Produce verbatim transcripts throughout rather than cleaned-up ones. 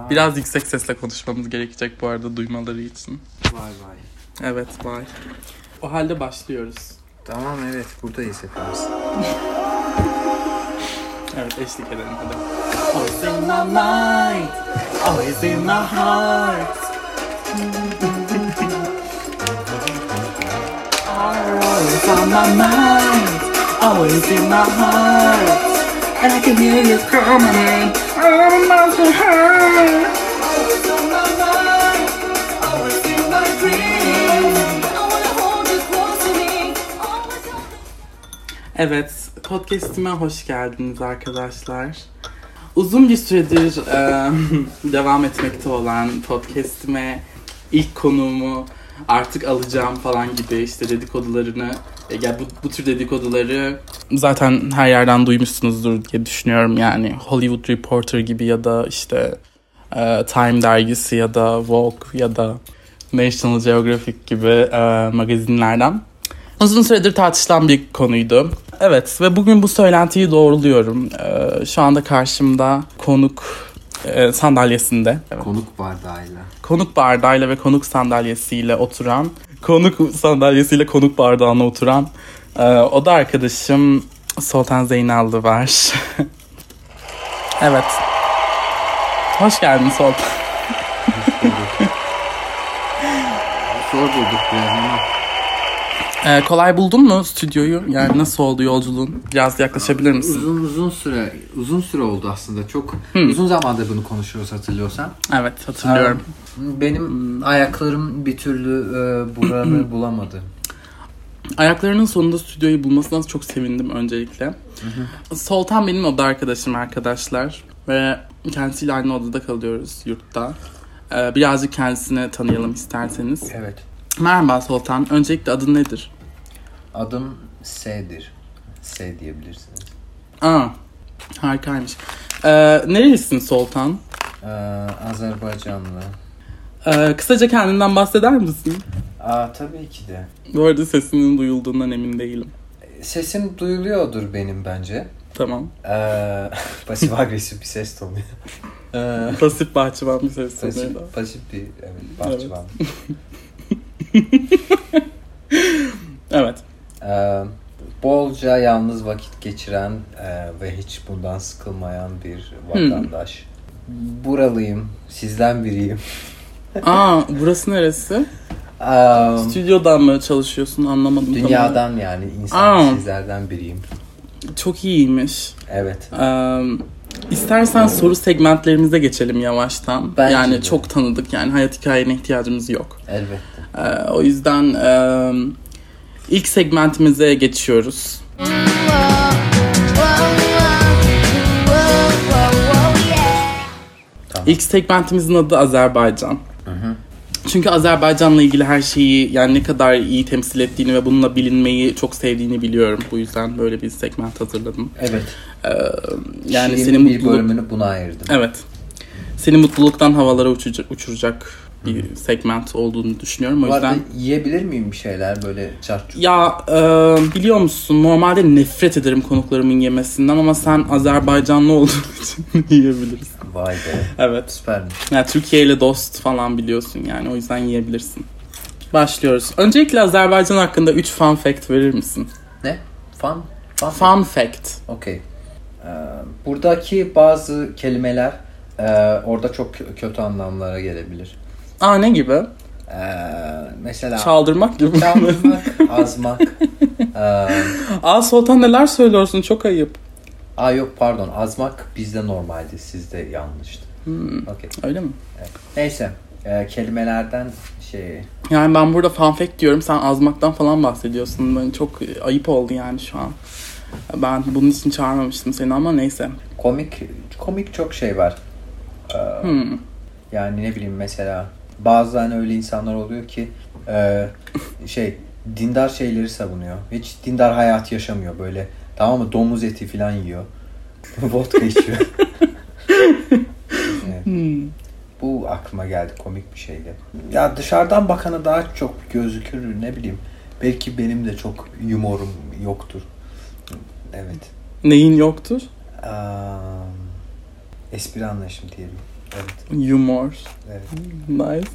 Biraz yüksek sesle konuşmamız gerekecek bu arada duymaları için. Vay vay. Evet vay. O halde başlıyoruz. Tamam evet buradayız hepimiz. Evet eşlik edelim hadi. Always in my mind, always in my heart. Always on my mind, always in my heart. And I can hear you coming, I'm about to hurt. Always on my mind, always in my dreams. I wanna hold you close to me. Evet, podcast'ime hoş geldiniz arkadaşlar. Uzun bir süredir e, devam etmekte olan podcast'ime ilk konuğumu artık alacağım falan gibi işte dedikodularını, e, yani bu, bu tür dedikoduları zaten her yerden duymuşsunuzdur diye düşünüyorum. Yani Hollywood Reporter gibi ya da işte e, Time dergisi ya da Vogue ya da National Geographic gibi e, magazinlerden. Uzun süredir tartışılan bir konuydu. Evet ve bugün bu söylentiyi doğruluyorum. Ee, şu anda karşımda konuk e, sandalyesinde. Evet. Konuk bardağıyla. Konuk bardağıyla ve konuk sandalyesiyle oturan, konuk sandalyesiyle konuk bardağına oturan e, o da arkadaşım Sultan Zeynallı var. Evet. Hoş geldin Sultan. Hoş bulduk. Zor bulduk biraz ama. Ee, kolay buldun mu stüdyoyu? Yani nasıl oldu yolculuğun? Biraz yaklaşabilir misin? Uzun uzun süre uzun süre oldu aslında. Çok hmm. uzun zamandır bunu konuşuyoruz hatırlıyorsan. Evet hatırlıyorum. Benim hmm. ayaklarım bir türlü e, buranı bulamadı. Ayaklarının sonunda stüdyoyu bulmasından çok sevindim öncelikle. Hı hı. Sultan benim oda arkadaşım arkadaşlar. Ve kendisiyle aynı odada kalıyoruz yurtta. Ee, birazcık kendisini tanıyalım isterseniz. Evet. Merhaba Sultan. Öncelikle adın nedir? Adım S'dir. S diyebilirsiniz. Aa, harikaymış. Ee, nerelisin Sultan? Ee, Azerbaycanlı. Ee, kısaca kendinden bahseder misin? Aa, tabii ki de. Bu arada sesinin duyulduğundan emin değilim. Sesim duyuluyordur benim bence. Tamam. Ee, pasif agresif bir ses tonu. ee, pasif bahçıvan bir ses tonu. Pasif, pasif bir evet, bahçıvan. Evet. Evet. Ee, bolca yalnız vakit geçiren e, ve hiç bundan sıkılmayan bir vatandaş. Hmm. Buralıyım. Sizden biriyim. Aa, burası neresi? Um, Stüdyodan mı çalışıyorsun anlamadım. Dünyadan tamam. Yani insan Aa, sizlerden biriyim. Çok iyiymiş. Evet. Ee, istersen soru segmentlerimize geçelim yavaştan. Bence yani de. Çok tanıdık yani hayat hikayene ihtiyacımız yok. Elbette. Ee, o yüzden e, ilk segmentimize geçiyoruz. Tamam. İlk segmentimizin adı Azerbaycan. Hı hı. Çünkü Azerbaycan'la ilgili her şeyi yani ne kadar iyi temsil ettiğini ve bununla bilinmeyi çok sevdiğini biliyorum. Bu yüzden böyle bir segment hazırladım. Evet. Ee, yani Şirin senin bir mutluluk... bölümünü buna ayırdım. Evet. Seni mutluluktan havalara uçuracak, uçuracak bir hmm. segment olduğunu düşünüyorum. O Bu yüzden arada yiyebilir miyim bir şeyler böyle çarçur? Ya e, biliyor musun normalde nefret ederim konuklarımın yemesinden ama sen Azerbaycanlı olduğun için yiyebilirsin. Vay be. Evet. Süpermiş. Yani Türkiye ile dost falan biliyorsun yani o yüzden yiyebilirsin. Başlıyoruz. Öncelikle Azerbaycan hakkında üç fun fact verir misin? Ne? Fun? Fun, fun fact. Okey. Ee, buradaki bazı kelimeler e, orada çok kötü anlamlara gelebilir. Aa ne gibi? Ee, mesela çaldırmak gibi. Çaldırmak, azmak. ee, Aa Sultan neler söylüyorsun? Çok ayıp. Aa yok pardon. Azmak bizde normaldi. Sizde yanlıştı. Hmm. Okay. Öyle mi? Evet. Neyse. Ee, kelimelerden şey... Yani ben burada fun fact diyorum. Sen azmaktan falan bahsediyorsun. Ben çok ayıp oldu yani şu an. Ben bunun için çağırmamıştım seni ama neyse. Komik komik çok şey var. Ee, hmm. Yani ne bileyim mesela bazı hani öyle insanlar oluyor ki e, şey dindar şeyleri savunuyor. Hiç dindar hayat yaşamıyor böyle. Tamam mı? Domuz eti falan yiyor. Vodka içiyor. Evet. Hmm. Bu aklıma geldi. Komik bir şeydi. Ya dışarıdan bakana daha çok gözükür ne bileyim. Belki benim de çok yumorum yoktur. Evet. Neyin yoktur? Um, espri anlayışım diyelim. Evet. Humor. Evet. Nice.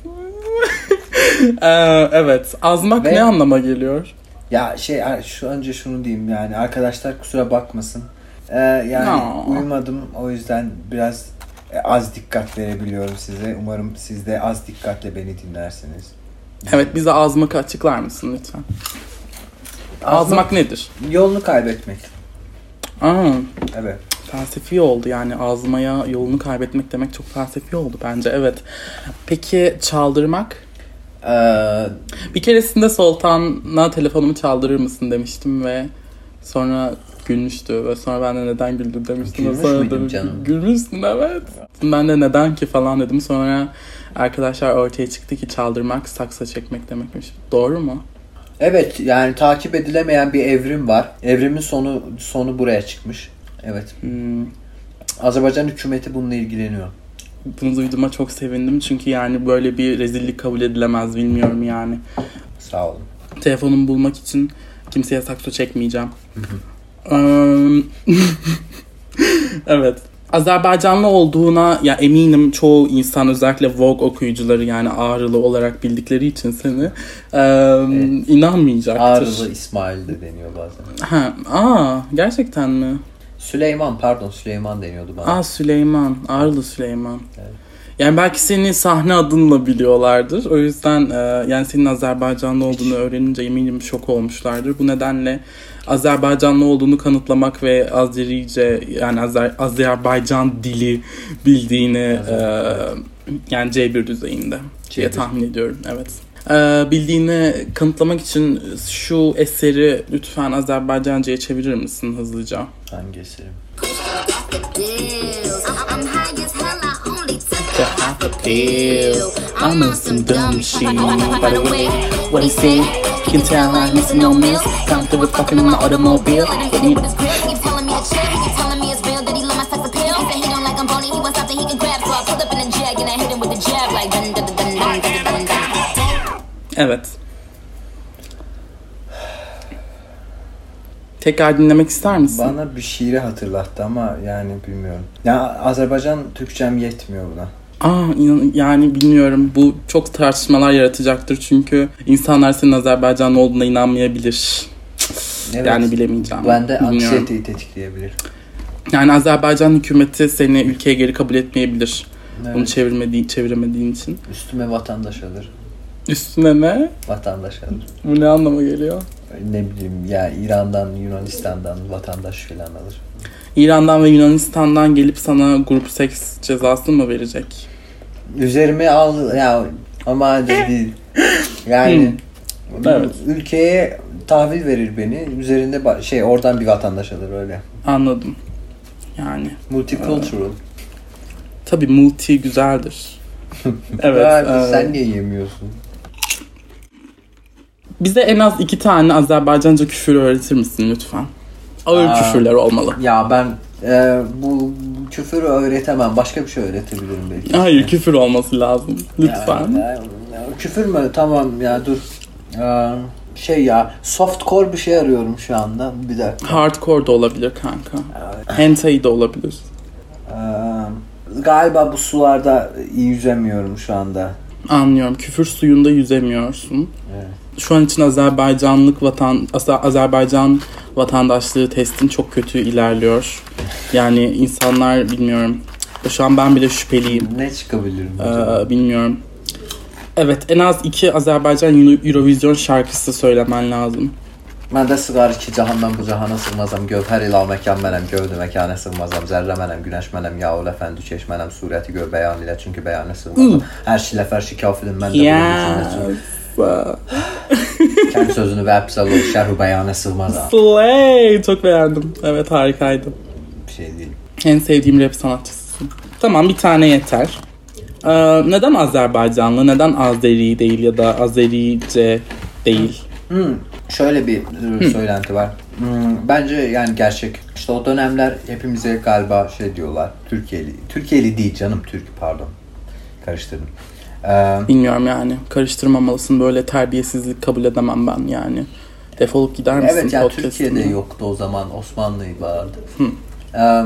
ee, evet. Azmak Ve, ne anlama geliyor? Ya şey şu önce şunu diyeyim yani arkadaşlar kusura bakmasın. Ee, yani Aa. uyumadım o yüzden biraz az dikkat verebiliyorum size. Umarım siz de az dikkatle beni dinlersiniz. Evet bize azmakı açıklar mısın lütfen? Azmak, azmak nedir? Yolunu kaybetmek. Aa. Evet. Felsefi oldu yani azmaya yolunu kaybetmek demek çok felsefi oldu bence evet. Peki çaldırmak? Ee, bir keresinde Sultan'a telefonumu çaldırır mısın demiştim ve sonra gülmüştü ve sonra ben de neden güldün demiştim. Gülmüş sonra müydüm da, canım? Gülmüşsün evet. Ben de neden ki falan dedim sonra arkadaşlar ortaya çıktı ki çaldırmak saksa çekmek demekmiş. Doğru mu? Evet yani takip edilemeyen bir evrim var. Evrimin sonu sonu buraya çıkmış. Evet. Hmm. Azerbaycan hükümeti bununla ilgileniyor. Bunu duyduğuma çok sevindim çünkü yani böyle bir rezillik kabul edilemez bilmiyorum yani. Sağ olun. Telefonumu bulmak için kimseye sakso çekmeyeceğim. Evet. Azerbaycanlı olduğuna ya eminim çoğu insan özellikle Vogue okuyucuları yani Ağrılı olarak bildikleri için seni e, evet. inanmayacaktır. Ağrılı İsmail de deniyor bazen. Ha, aa gerçekten mi? Süleyman pardon Süleyman deniyordu bana. Aa Süleyman. Ağrılı Süleyman. Evet. Yani belki seni sahne adınla biliyorlardır. O yüzden e, yani senin Azerbaycanlı olduğunu öğrenince eminim şok olmuşlardır. Bu nedenle Azerbaycanlı olduğunu kanıtlamak ve Azerice yani Azer, Azerbaycan dili bildiğini e, yani C bir düzeyinde diye tahmin ediyorum. Evet. E, bildiğini kanıtlamak için şu eseri lütfen Azerbaycanca'ya çevirir misin hızlıca? Hangi eserim? To half a pill, I'm on some dumb shit. By the way, what he said, you can tell I'm missing no miss. Come through with fucking my automobile. Evet. Tekrar dinlemek ister misin? Bana bir şiiri hatırlattı ama yani bilmiyorum. Ya Azerbaycan Türkçem yetmiyor buna. Aa inan, yani bilmiyorum. Bu çok tartışmalar yaratacaktır çünkü insanlar senin Azerbaycanlı olduğuna inanmayabilir. Evet. Yani bilemeyeceğim. Bende anksiyeteyi tetikleyebilir. Yani Azerbaycan hükümeti seni ülkeye geri kabul etmeyebilir. Evet. Bunu çevirmediğin, çeviremediğin için. Üstüme vatandaş alır. Üstüne ne? Vatandaş alır. Bu ne anlama geliyor? Ne bileyim ya İran'dan, Yunanistan'dan vatandaş falan alır. İran'dan ve Yunanistan'dan gelip sana grup seks cezası mı verecek? Üzerime al ya ama değil. Yani evet. Ülkeye tahvil verir beni. Üzerinde şey oradan bir vatandaş alır öyle. Anladım. Yani multicultural. E, tabii multi güzeldir. Evet. Abi, e, sen niye yemiyorsun? Bize en az iki tane Azerbaycanca küfür öğretir misin lütfen? Ağır Aa, küfürler olmalı. Ya ben e, bu küfürü öğretemem. Başka bir şey öğretebilirim belki. Hayır küfür olması lazım. Lütfen. Ya, ya, küfür mü? Tamam ya dur. Ee, şey ya softcore bir şey arıyorum şu anda. Bir dakika. Hardcore da olabilir kanka. Evet. Hentai de olabilir. Ee, galiba bu sularda iyi yüzemiyorum şu anda. Anlıyorum. Küfür suyunda yüzemiyorsun. Evet. Şu an için Azerbaycanlık vatan Azerbaycan vatandaşlığı testin çok kötü ilerliyor. Yani insanlar bilmiyorum. Şu an ben bile şüpheliyim. Ne çıkabilirim acaba? Ee, bilmiyorum. Evet, en az iki Azerbaycan Eurovision şarkısı söylemen lazım. Ben de sığar ki cahandan bu cahana sığmazam. Gövher ila mekan mənem, gövdü mekana sığmazam. Zərrə mənəm, günəş mənəm, yaul əfəndi çeş mənəm. Surəti gör bəyan ilə çünki bəyana sığmazam. Hər şey ləfərşi kafirim mən də yes. Kendi sözünü ve hepsal ol şerhu beyana sığmazam. Slay! Çok beğendim. Evet harikaydı. Bir şey değil. En sevdiğim rap sanatçısısın. Tamam bir tane yeter. Ee, neden Azerbaycanlı, neden Azeri değil ya da Azerice değil? Hmm. Şöyle bir hmm. söylenti var. Hmm. Bence yani gerçek. İşte o dönemler hepimize galiba şey diyorlar. Türkiye'li. Türkiye'li değil canım. Türk pardon. Karıştırdım. Ee, Bilmiyorum yani. Karıştırmamalısın. Böyle terbiyesizlik kabul edemem ben yani. Defolup gider misin? Evet yani Türkiye'de yoktu o zaman. Osmanlı vardı. Hmm. Ee,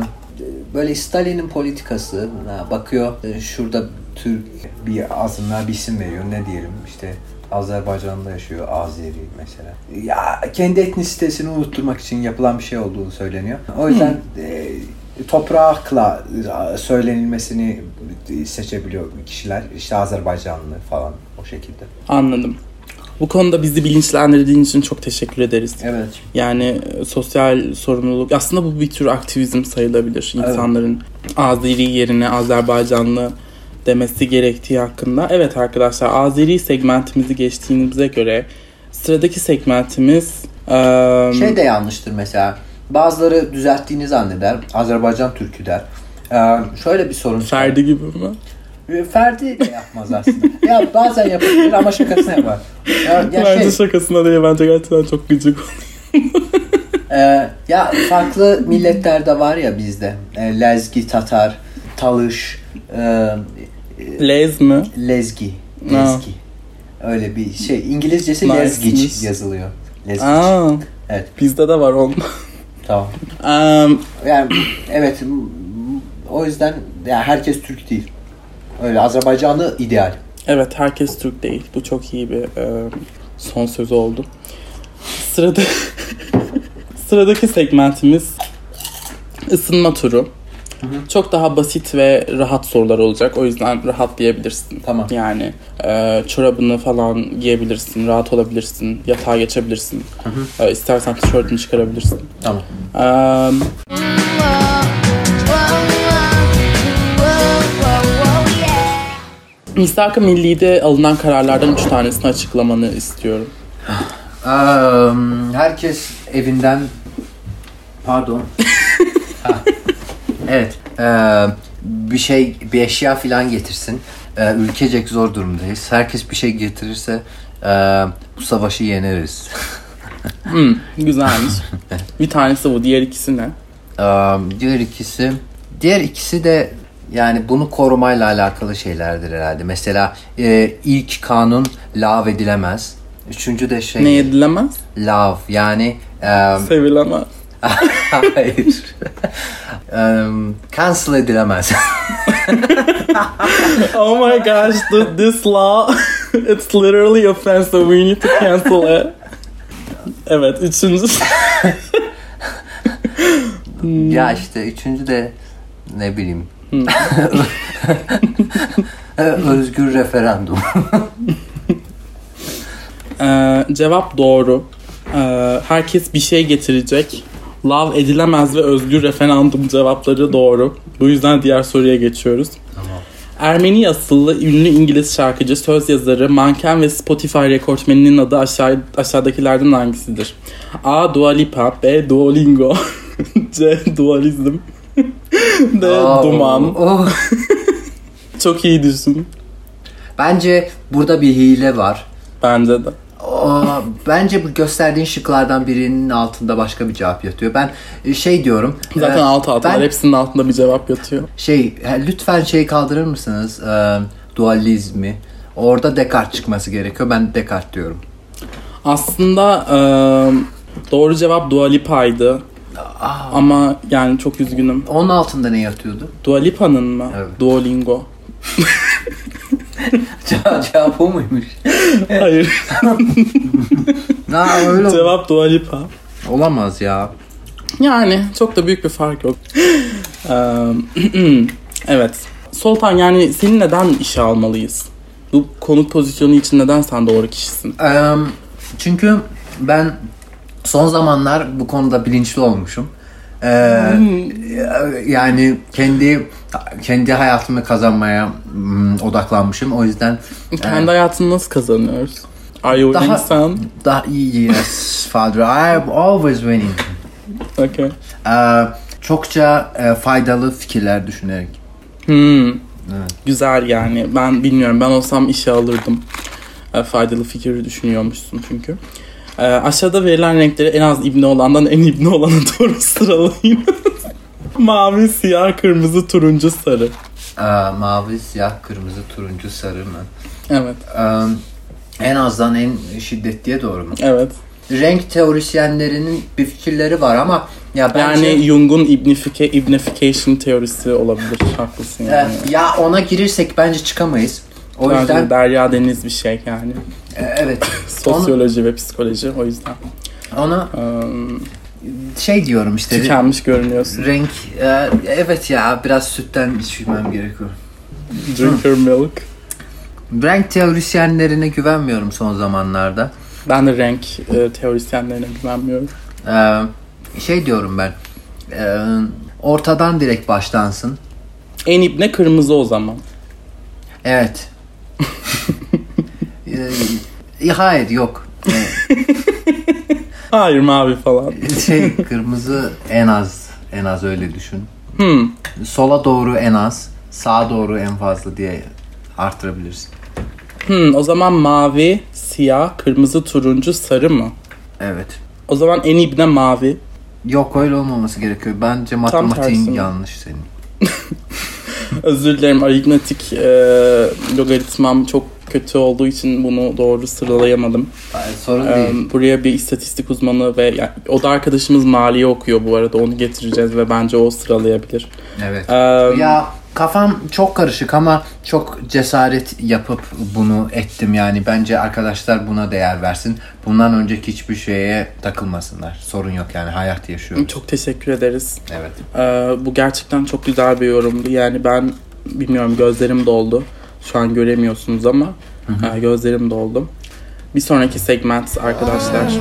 böyle Stalin'in politikası bakıyor şurada Türk bir azınlığa bir isim veriyor, ne diyelim işte Azerbaycan'da yaşıyor Azeri mesela. Ya kendi etnisitesini unutturmak için yapılan bir şey olduğu söyleniyor. O yüzden e, toprakla söylenilmesini seçebiliyor kişiler. İşte Azerbaycanlı falan o şekilde. Anladım. Bu konuda bizi bilinçlendirdiğin için çok teşekkür ederiz. Evet. Yani sosyal sorumluluk, aslında bu bir tür aktivizm sayılabilir. İnsanların evet. Azeri yerine Azerbaycanlı demesi gerektiği hakkında. Evet arkadaşlar, Azeri segmentimizi geçtiğimize göre sıradaki segmentimiz... Um... Şey de yanlıştır mesela. Bazıları düzelttiğini zanneder. Azerbaycan Türkü der. Ee, şöyle bir sorun. Ferdi gibi mi? Ferdi de yapmaz aslında. Ya bazen yapabilir ama şakasını yapar. Ya, ya bence şey, şakasına değil, bence gerçekten çok gıcık oluyor. e, ya farklı milletler de var ya bizde. E, Lezgi, Tatar, Talış, e, Lez mi? Lezgi. Lezgi. Öyle bir şey. İngilizcesi nice. Lezgiç yazılıyor. Lezgiç. Aa, evet. Bizde de var onun. Tamam. Um, yani evet, o yüzden yani herkes Türk değil. Öyle Azerbaycanlı ideal. Evet, herkes Türk değil. Bu çok iyi bir e, son söz oldu. Sırada sıradaki segmentimiz ısınma turu. Hı hı. Çok daha basit ve rahat sorular olacak. O yüzden rahatlayabilirsin. Tamam. Yani e, çorabını falan giyebilirsin, rahat olabilirsin, yatağa geçebilirsin. Hı hı. E, istersen tişörtünü çıkarabilirsin. Tamam. Um, Misak-ı Milli'de alınan kararlardan üç tanesini açıklamanı istiyorum. Um, herkes evinden... Pardon. ha. Evet. Ee, bir şey, bir eşya falan getirsin. Ee, ülkecek zor durumdayız. Herkes bir şey getirirse e, bu savaşı yeneriz. hmm, güzelmiş. Bir tanesi bu. Diğer ikisi ne? Ee, diğer ikisi... Diğer ikisi de yani bunu korumayla alakalı şeylerdir herhalde. Mesela e, ilk kanun lav edilemez. Üçüncü de şey... Ne edilemez? Lav yani... E, Sevilemez. Hayır. um, cancel edilemez. Oh my gosh, the, this law, it's literally offensive. We need to cancel it. Evet, üçüncü. Ya işte üçüncü de ne bileyim. Özgür referandum. ee, cevap doğru. Ee, herkes bir şey getirecek. Lav edilemez ve özgür referandum cevapları doğru. Bu yüzden diğer soruya geçiyoruz. Tamam. Ermeni asıllı ünlü İngiliz şarkıcı, söz yazarı, manken ve Spotify rekortmeninin adı aşağı, aşağıdakilerden hangisidir? A. Dua Lipa, B. Duolingo, C. Dualizm, D. Oh, Duman. Oh. Çok iyi düşün. Bence burada bir hile var. Bence de. O, bence bu gösterdiğin şıklardan birinin altında başka bir cevap yatıyor. Ben şey diyorum. Zaten e, alt altı var. Hepsinin altında bir cevap yatıyor. Şey, lütfen şey kaldırır mısınız? E, dualizmi. Orada Descartes çıkması gerekiyor. Ben Descartes diyorum. Aslında e, doğru cevap Dua Lipa'ydı. Aa. Ama yani çok üzgünüm. Onun altında ne yatıyordu? Dua Lipa'nın mı? Evet. Duolingo. Cevap, cevap o muymuş? Hayır. Ha, öyle cevap Dua Lipa. Olamaz ya. Yani çok da büyük bir fark yok. Evet. Soltan, yani seni neden işe almalıyız? Bu konuk pozisyonu için neden sen doğru kişisin? Çünkü ben son zamanlar bu konuda bilinçli olmuşum. Ee, hmm. Yani kendi kendi hayatımı kazanmaya hmm, odaklanmışım. O yüzden kendi e, hayatını nasıl kazanıyoruz? Are you winning son? Daha iyi. Yes father. I'm always winning. Okay. Ee, çokça e, faydalı fikirler düşünerek. Hmm. Evet. Güzel yani. Ben bilmiyorum. Ben olsam işe alırdım. E, faydalı fikri düşünüyormuşsun çünkü. E, aşağıda verilen renkleri en az ibne olandan en ibne olana doğru sıralayın. Mavi, siyah, kırmızı, turuncu, sarı. Ee, mavi, siyah, kırmızı, turuncu, sarı mı? Evet. Ee, en azdan en şiddetliye doğru mu? Evet. renk teorisyenlerinin bir fikirleri var ama ya bence... Yani Jung'un ibnifike, ibnification teorisi olabilir. Haklısın yani. Evet, ya ona girsek bence çıkamayız. O bence yüzden derya deniz bir şey yani. Evet. Sosyoloji onu... ve psikoloji o yüzden. Ona um, şey diyorum işte. Tükenmiş görünüyorsun. Renk e, evet ya biraz sütten içmem gerekiyor. Drink your milk. Renk teorisyenlerine güvenmiyorum son zamanlarda. Ben de renk e, teorisyenlerine güvenmiyorum. Ee, şey diyorum ben. E, ortadan direkt başlansın. En ibne kırmızı o zaman. Evet. e, hayır yok. Hayır mavi falan. Şey kırmızı en az en az öyle düşün. Hmm. Sola doğru en az, sağa doğru en fazla diye artırabilirsin. Hmm, o zaman mavi, siyah, kırmızı, turuncu, sarı mı? Evet. O zaman en ibne mavi. Yok öyle olmaması gerekiyor. Bence matematiğin yanlış senin. Özür dilerim, aritmetik e, logaritmam çok kötü olduğu için bunu doğru sıralayamadım. Hayır, sorun e, değil. Buraya bir istatistik uzmanı ve yani, o da arkadaşımız maliye okuyor bu arada, onu getireceğiz ve bence o sıralayabilir. Evet. E, ya kafam çok karışık ama çok cesaret yapıp bunu ettim yani. Bence arkadaşlar buna değer versin. Bundan önceki hiçbir şeye takılmasınlar. Sorun yok yani, hayat yaşıyoruz. Çok teşekkür ederiz. Evet. E, bu gerçekten çok güzel bir yorumdu. Yani ben bilmiyorum, gözlerim doldu. Şu an göremiyorsunuz ama hı hı. E, gözlerim doldu. Bir sonraki segment arkadaşlar.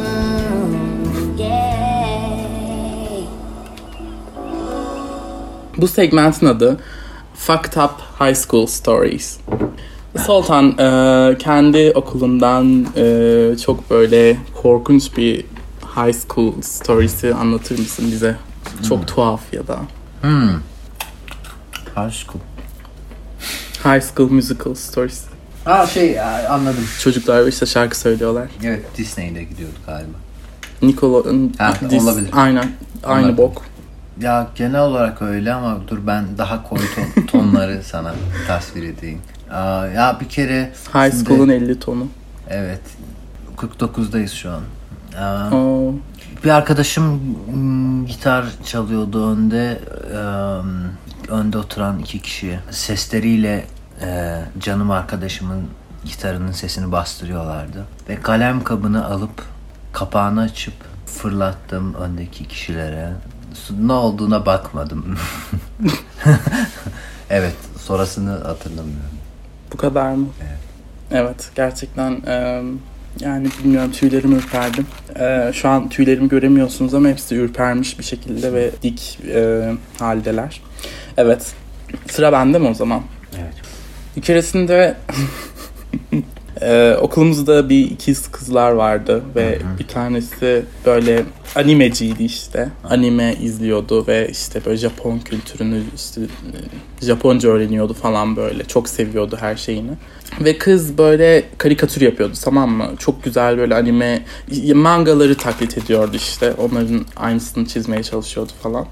Bu segmentin adı Fucked Up High School Stories. Sultan e, kendi okulundan e, çok böyle korkunç bir high school storiesi anlatır mısın bize? Çok hmm. tuhaf ya da. Hmm. High school. High School Musical Stories. Aa şey anladım. Çocuklar işte şarkı söylüyorlar. Evet, Disney'de gidiyorduk galiba. Nickelodeon. Dis- olabilir. Aynen. Aynı olabilir. Bok. Ya genel olarak öyle ama dur ben daha koyu ton, tonları sana tasvir edeyim. Aa, ya bir kere... High şimdi, School'un elli tonu. Evet. kırk dokuzdayız şu an. Aa, oh. Bir arkadaşım m, gitar çalıyordu önde. E, önde oturan iki kişi. Sesleriyle e, canım arkadaşımın gitarının sesini bastırıyorlardı. Ve kalem kabını alıp kapağını açıp fırlattım öndeki kişilere. Ne olduğuna bakmadım. Evet, sonrasını hatırlamıyorum. Bu kadar mı? Evet. Evet, gerçekten e, yani bilmiyorum, tüylerim ürperdi. E, şu an tüylerimi göremiyorsunuz ama hepsi ürpermiş bir şekilde ve dik e, haldeler. Evet, sıra bende mi o zaman? Evet. Bir keresinde Ee, okulumuzda bir ikiz kızlar vardı ve hı hı. bir tanesi böyle animeciydi işte. Anime izliyordu ve işte böyle Japon kültürünü, işte Japonca öğreniyordu falan böyle. Çok seviyordu her şeyini. Ve kız böyle karikatür yapıyordu, tamam mı? Çok güzel böyle anime mangaları taklit ediyordu işte. Onların aynısını çizmeye çalışıyordu falan.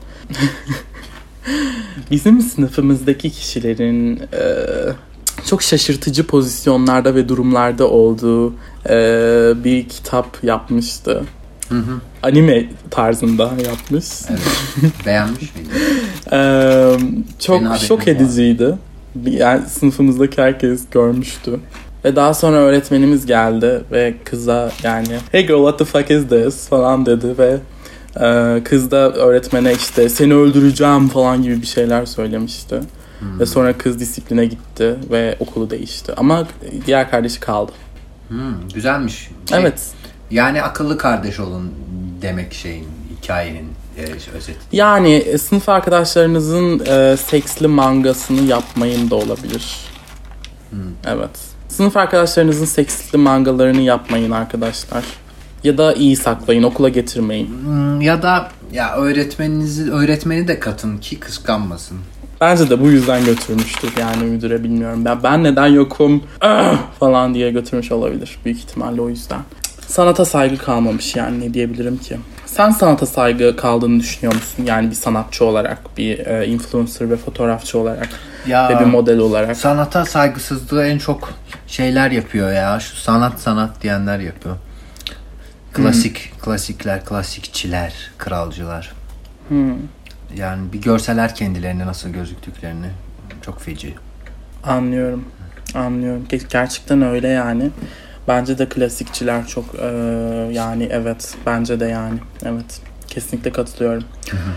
Bizim sınıfımızdaki kişilerin e, çok şaşırtıcı pozisyonlarda ve durumlarda olduğu e, bir kitap yapmıştı. Hı hı. Anime tarzında yapmış. Evet. Beğenmiş miydin? e, çok şok ediciydi. Yani sınıfımızdaki herkes görmüştü. Ve daha sonra öğretmenimiz geldi ve kıza yani "Hey girl, what the fuck is this?" falan dedi ve e, kız da öğretmene işte "Seni öldüreceğim" falan gibi bir şeyler söylemişti. Hmm. Ve sonra kız disipline gitti ve okulu değişti. Ama diğer kardeşi kaldı. Hmm, güzelmiş. Şey, evet. Yani akıllı kardeş olun demek şeyin, hikayenin e, özeti. Yani e, sınıf arkadaşlarınızın e, seksli mangasını yapmayın da olabilir. Hmm. Evet. Sınıf arkadaşlarınızın seksli mangalarını yapmayın arkadaşlar. Ya da iyi saklayın, okula getirmeyin. Hmm, ya da ya öğretmeninizi öğretmeni de katın ki kıskanmasın. Bence de bu yüzden götürmüştür yani müdüre, bilmiyorum. Ben, ben neden yokum falan diye götürmüş olabilir. Büyük ihtimalle o yüzden. Sanata saygı kalmamış yani, ne diyebilirim ki? Sen sanata saygı kaldığını düşünüyor musun? Yani bir sanatçı olarak, bir e, influencer ve fotoğrafçı olarak ya, ve bir model olarak. Sanata saygısızlığı en çok şeyler yapıyor ya. Şu sanat sanat diyenler yapıyor. Klasik, hmm. klasikler, klasikçiler, kralcılar. Hmm. Yani bir görseler kendilerini nasıl gözüktüklerini çok feci. Anlıyorum. Anlıyorum. Gerçekten öyle yani. Bence de klasikçiler çok e, yani evet. Bence de yani. Evet. Kesinlikle katılıyorum. Hı hı.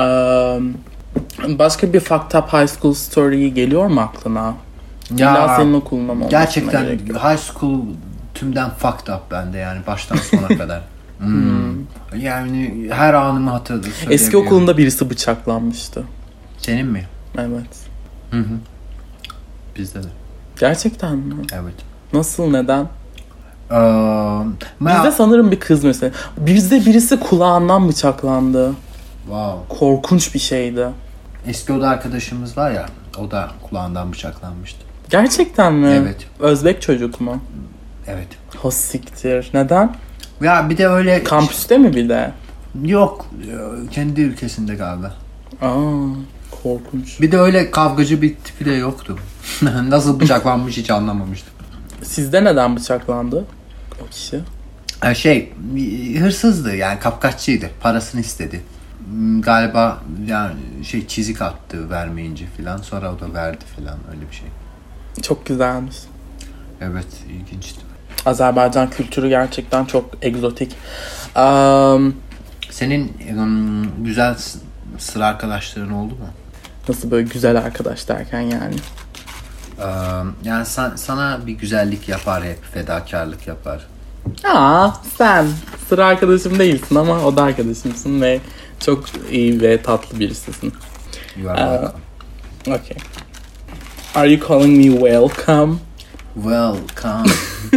E, başka bir fucked up high school story geliyor mu aklına? Ya, İlla senin okuluna mı? Gerçekten high school tümden fucked up bende yani baştan sona kadar. Hmm. Hmm. Yani her anımı hatırladım. Eski okulunda birisi bıçaklanmıştı. Senin mi? Evet. Hı hı. Bizde de. Gerçekten mi? Evet. Nasıl, neden? Ee, Bizde sanırım bir kız mesela. Bizde birisi kulağından bıçaklandı. Wow. Korkunç bir şeydi. Eski oda arkadaşımız var ya, o da kulağından bıçaklanmıştı. Gerçekten mi? Evet. Özbek çocuk mu? Evet. Ha siktir. Neden? Ya bir de öyle... Kampüste mi bir de? Yok. Kendi ülkesinde galiba. Aa, korkunç. Bir de öyle kavgacı bir tipi de yoktu. Nasıl bıçaklanmış hiç anlamamıştım. Sizde neden bıçaklandı o kişi? Şey, hırsızdı yani, kapkaççıydı. Parasını istedi. Galiba yani şey çizik attı vermeyince filan. Sonra o da verdi filan, öyle bir şey. Çok güzelmiş. Evet, ilginçti. Azerbaycan kültürü gerçekten çok egzotik. Um, Senin um, güzel sıra arkadaşların oldu mu? Nasıl böyle güzel arkadaş derken yani? Um, yani san, sana bir güzellik yapar hep, fedakarlık yapar. Aa, sen sıra arkadaşım değilsin ama o da arkadaşımsın ve çok iyi ve tatlı birisisin. You are welcome. Uh, okay. Are you calling me welcome? Welcome.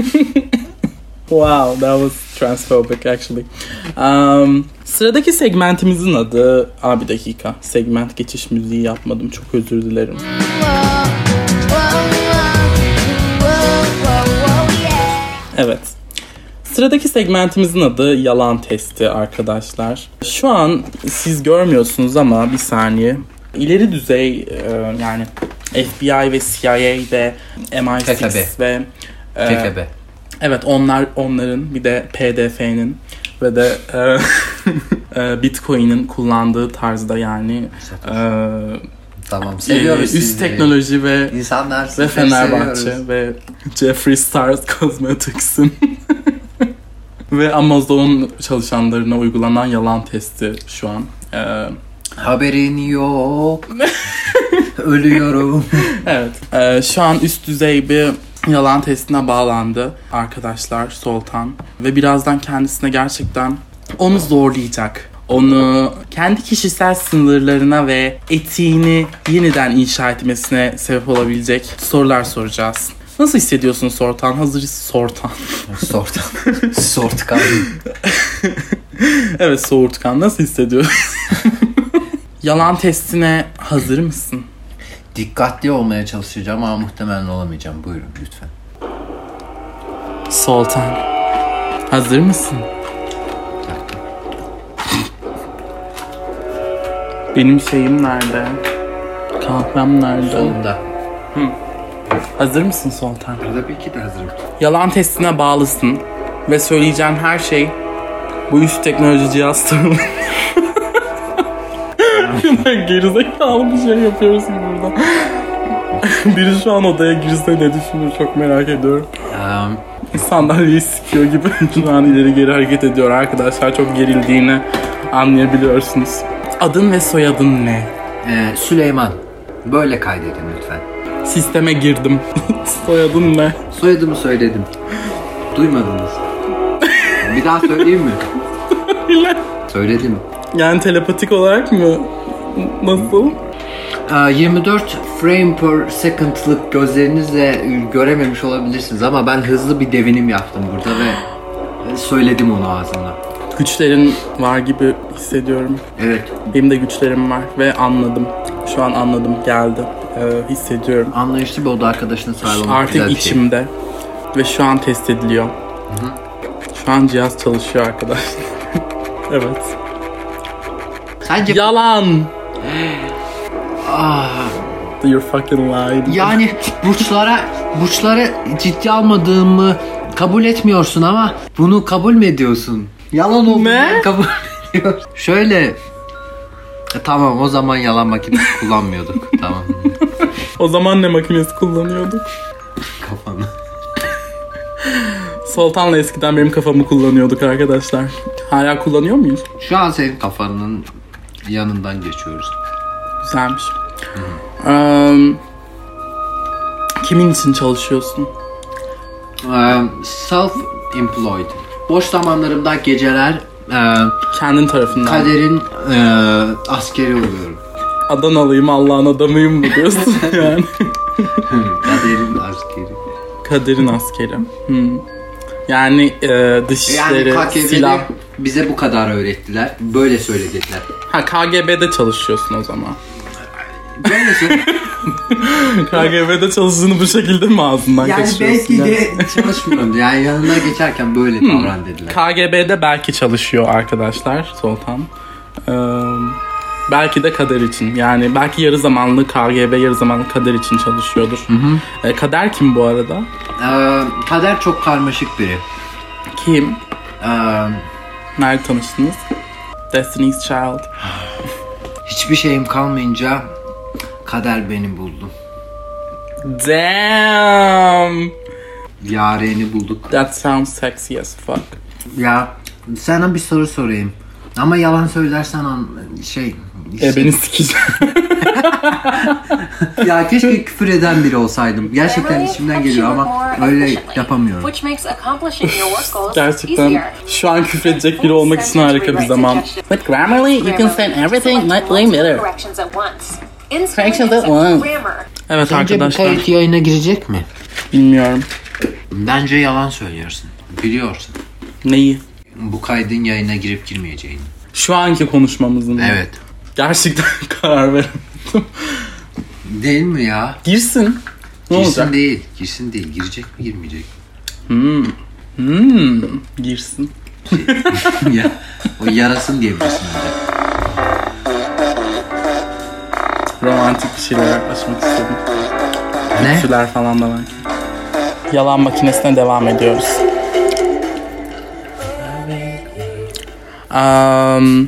Wow, that was transphobic actually. Um, sıradaki segmentimizin adı... Aa, bir dakika. Segment geçiş müziği yapmadım. Çok özür dilerim. Evet. Sıradaki segmentimizin adı yalan testi arkadaşlar. Şu an siz görmüyorsunuz ama bir saniye. İleri düzey yani F B I ve C I A ve M I altı K K B ve K K B. Evet, onlar onların bir de P D F'nin ve de e, Bitcoin'in kullandığı tarzda yani e, tamam, seviyoruz e, üst teknoloji ve İnsanlar ve Fenerbahçe ve Jeffree Stars Cosmetics'in ve Amazon çalışanlarına uygulanan yalan testi şu an. E, Haberin yok. Ölüyorum. Evet. E, şu an üst düzey bir yalan testine bağlandı arkadaşlar Soltan. Ve birazdan kendisine gerçekten onu zorlayacak. Onu kendi kişisel sınırlarına ve etiğini yeniden inşa etmesine sebep olabilecek sorular soracağız. Nasıl hissediyorsun Sortan? Hazır Sortan. Sortan. Sortkan. Evet, Soğurtkan. Nasıl hissediyorsun? Yalan testine hazır mısın? Dikkatli olmaya çalışacağım ama muhtemelen olamayacağım. Buyurun lütfen. Soltan. Hazır mısın? Benim şeyim nerede? Kahvem nerede? Sonunda. Hı. Hazır mısın Soltan? Tabii ki de hazırım. Yalan testine bağlısın ve söyleyeceğin her şey bu üst teknoloji cihazları. Gerizekalı bir şey yapıyoruz ki burada. Biri şu an odaya girse ne düşünür çok merak ediyorum. Um, Sandalyeyi sikiyor gibi şu an ileri geri hareket ediyor arkadaşlar. Çok gerildiğini anlayabiliyorsunuz. Adın ve soyadın ne? Ee, Süleyman. Böyle kaydedin lütfen. Sisteme girdim. Soyadın ne? Soyadımı söyledim. Duymadınız. Bir daha söyleyeyim mi? Söyledim. Yani telepatik olarak mı? Nasıl? yirmi dört frame per second'lık gözlerinizle görememiş olabilirsiniz ama ben hızlı bir devinim yaptım burada ve söyledim onu ağzımla. Güçlerin var gibi hissediyorum. Evet. Benim de güçlerim var ve anladım. Şu an anladım, geldi. Ee, hissediyorum. Anlayışlı bir oda arkadaşına sahip olmak artık güzel bir içimde şey. Ve şu an test ediliyor. Hı hı. Şu an cihaz çalışıyor arkadaşlar. Evet. Sence... Yalan. Ah. You're fucking lying. Yani burçlara burçları ciddi almadığımı kabul etmiyorsun ama bunu kabul mü ediyorsun? Yalan olduğunu Ne? kabul ediyorsun. Şöyle e, tamam o zaman yalan makinesi kullanmıyorduk. Tamam. O zaman ne makinesi kullanıyorduk? Kafanı. Sultan'la eskiden benim kafamı kullanıyorduk arkadaşlar. Hala kullanıyor muyuz? Şu an senin kafanın yanından geçiyoruz. Güzelmiş. Um, kimin için çalışıyorsun? Um, self-employed. Boş zamanlarımda geceler e, Kendin tarafından. kaderin e, askeri oluyorum. Adanalıyım, Allah'ın adamıyım mı diyorsun yani? Kaderin askeri. Kaderin askeri. Hmm. Yani e, dışişleri, Yani K G B'de silah. bize bu kadar öğrettiler. Böyle söylediler. Ha, K G B'de çalışıyorsun o zaman. Böyle söyle. K G B'de çalıştığını bu şekilde mi ağzından Yani kaçırıyorsun? belki de çalışmıyorum. Yani yanına geçerken böyle davran dediler. K G B'de belki çalışıyor arkadaşlar Sultan. Ee, belki de kader için. Yani belki yarı zamanlı K G B, yarı zamanlı kader için çalışıyordur. Hı hı. Ee, kader kim bu arada? Ee, kader çok karmaşık biri. Kim? Ee, Nerede tanıştınız? Destiny's Child. hiçbir şeyim kalmayınca kader beni buldu. Damn! Yareni bulduk. That sounds sexy as fuck. Ya sana bir soru sorayım. Ama yalan söylersen an şey... E beni sikeceğim. Ya keşke küfür eden biri olsaydım. Gerçekten içimden geliyor ama öyle yapamıyorum. Gerçekten şu an küfredecek biri olmak için harika bir zaman. With Grammarly you can send everything much better. Corrections at once. Evet Sence bu arkadaşlar. kayıt yayına girecek mi? Bilmiyorum. Bence yalan söylüyorsun. Biliyorsun. Neyi? Bu kaydın yayına girip girmeyeceğini. Şu anki konuşmamızın mı? Evet. Gerçekten karar veremedim. Değil mi ya? Girsin. Ne girsin olacak? değil. Girsin değil. Girecek mi girmeyecek mi? Hmm. Hmm. Girsin. Ya, o yarasın diyebilirsin. Romantik bir şeyle yaklaşmak istedim. Ne? Süler falan da belki. Yalan makinesine devam ediyoruz. Um,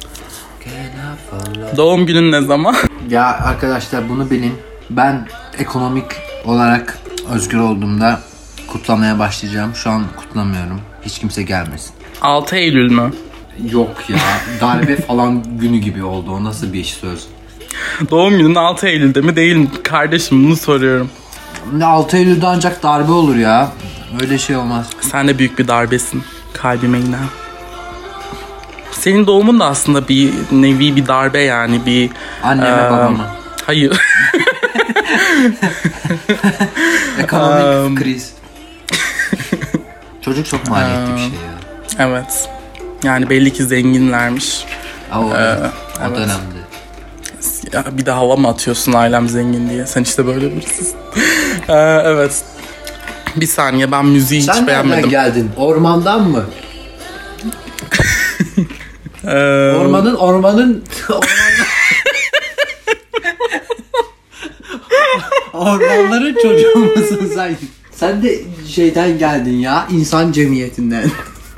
doğum günün ne zaman? Ya arkadaşlar bunu bilin. Ben ekonomik olarak özgür olduğumda kutlamaya başlayacağım. Şu an kutlamıyorum. Hiç kimse gelmesin. altı Eylül mü? Yok ya. Darbe falan günü gibi oldu. O nasıl bir iş söz? Doğum günün altı Eylül'de mi değil mi? Kardeşim bunu soruyorum. altı Eylül'de ancak darbe olur ya. Öyle şey olmaz. Sen de büyük bir darbesin. Kalbime inen. Senin doğumun da aslında bir nevi bir darbe yani bir... Anneme e, babama. Hayır. Ekonomik Um, kriz. Çocuk çok maliyetli bir şey ya. Evet. Yani belli ki zenginlermiş. Aa, o, Ee, o evet. dönemde. Ya bir de hava mı atıyorsun ailem zengin diye? Sen işte böyle birisin. ee, evet. Bir saniye ben müziği hiç Sen beğenmedim. nereden geldin? Ormandan mı? Ee, Ormanın, ormanın... ormanın... Ormanların çocuğu musun sen? Sen de şeyden geldin ya, insan cemiyetinden.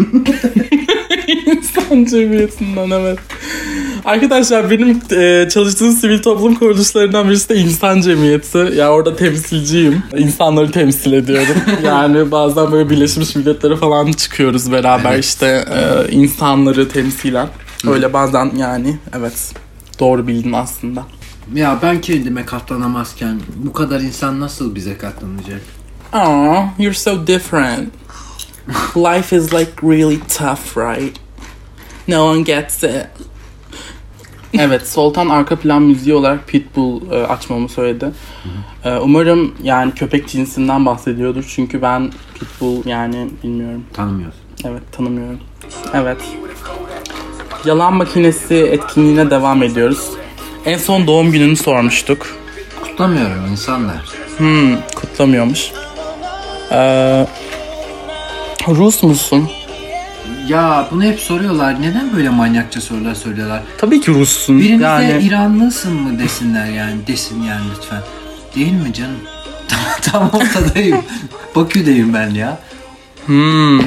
İnsan cemiyetinden evet. Arkadaşlar benim e, çalıştığım sivil toplum kuruluşlarından birisi de insan cemiyeti. Ya yani orada temsilciyim. İnsanları temsil ediyorum. Yani bazen böyle Birleşmiş Milletler'e falan çıkıyoruz beraber evet. işte e, insanları temsilen. Öyle bazen yani evet doğru bildin aslında. Ya ben kendime katlanamazken bu kadar insan nasıl bize katlanacak? Aw, you're so different. Life is like really tough, right? No one gets it. Evet, Sultan arka plan müziği olarak Pitbull e, açmamı söyledi. Hı hı. E, umarım yani köpek cinsinden bahsediyordur. Çünkü ben Pitbull yani bilmiyorum. Tanımıyorsun. Evet, tanımıyorum. Evet. Yalan makinesi etkinliğine devam ediyoruz. En son doğum gününü sormuştuk. Kutlamıyorum insanlar. Hmm, kutlamıyormuş. Ee, Rus musun? Ya bunu hep soruyorlar. Neden böyle manyakça sorular söylüyorlar? Tabii ki Rus'sun. Birimize yani... İranlısın mı desinler yani. Desin yani lütfen. Değil mi canım? Tam ortadayım. Bakü'deyim ben ya. Hmm.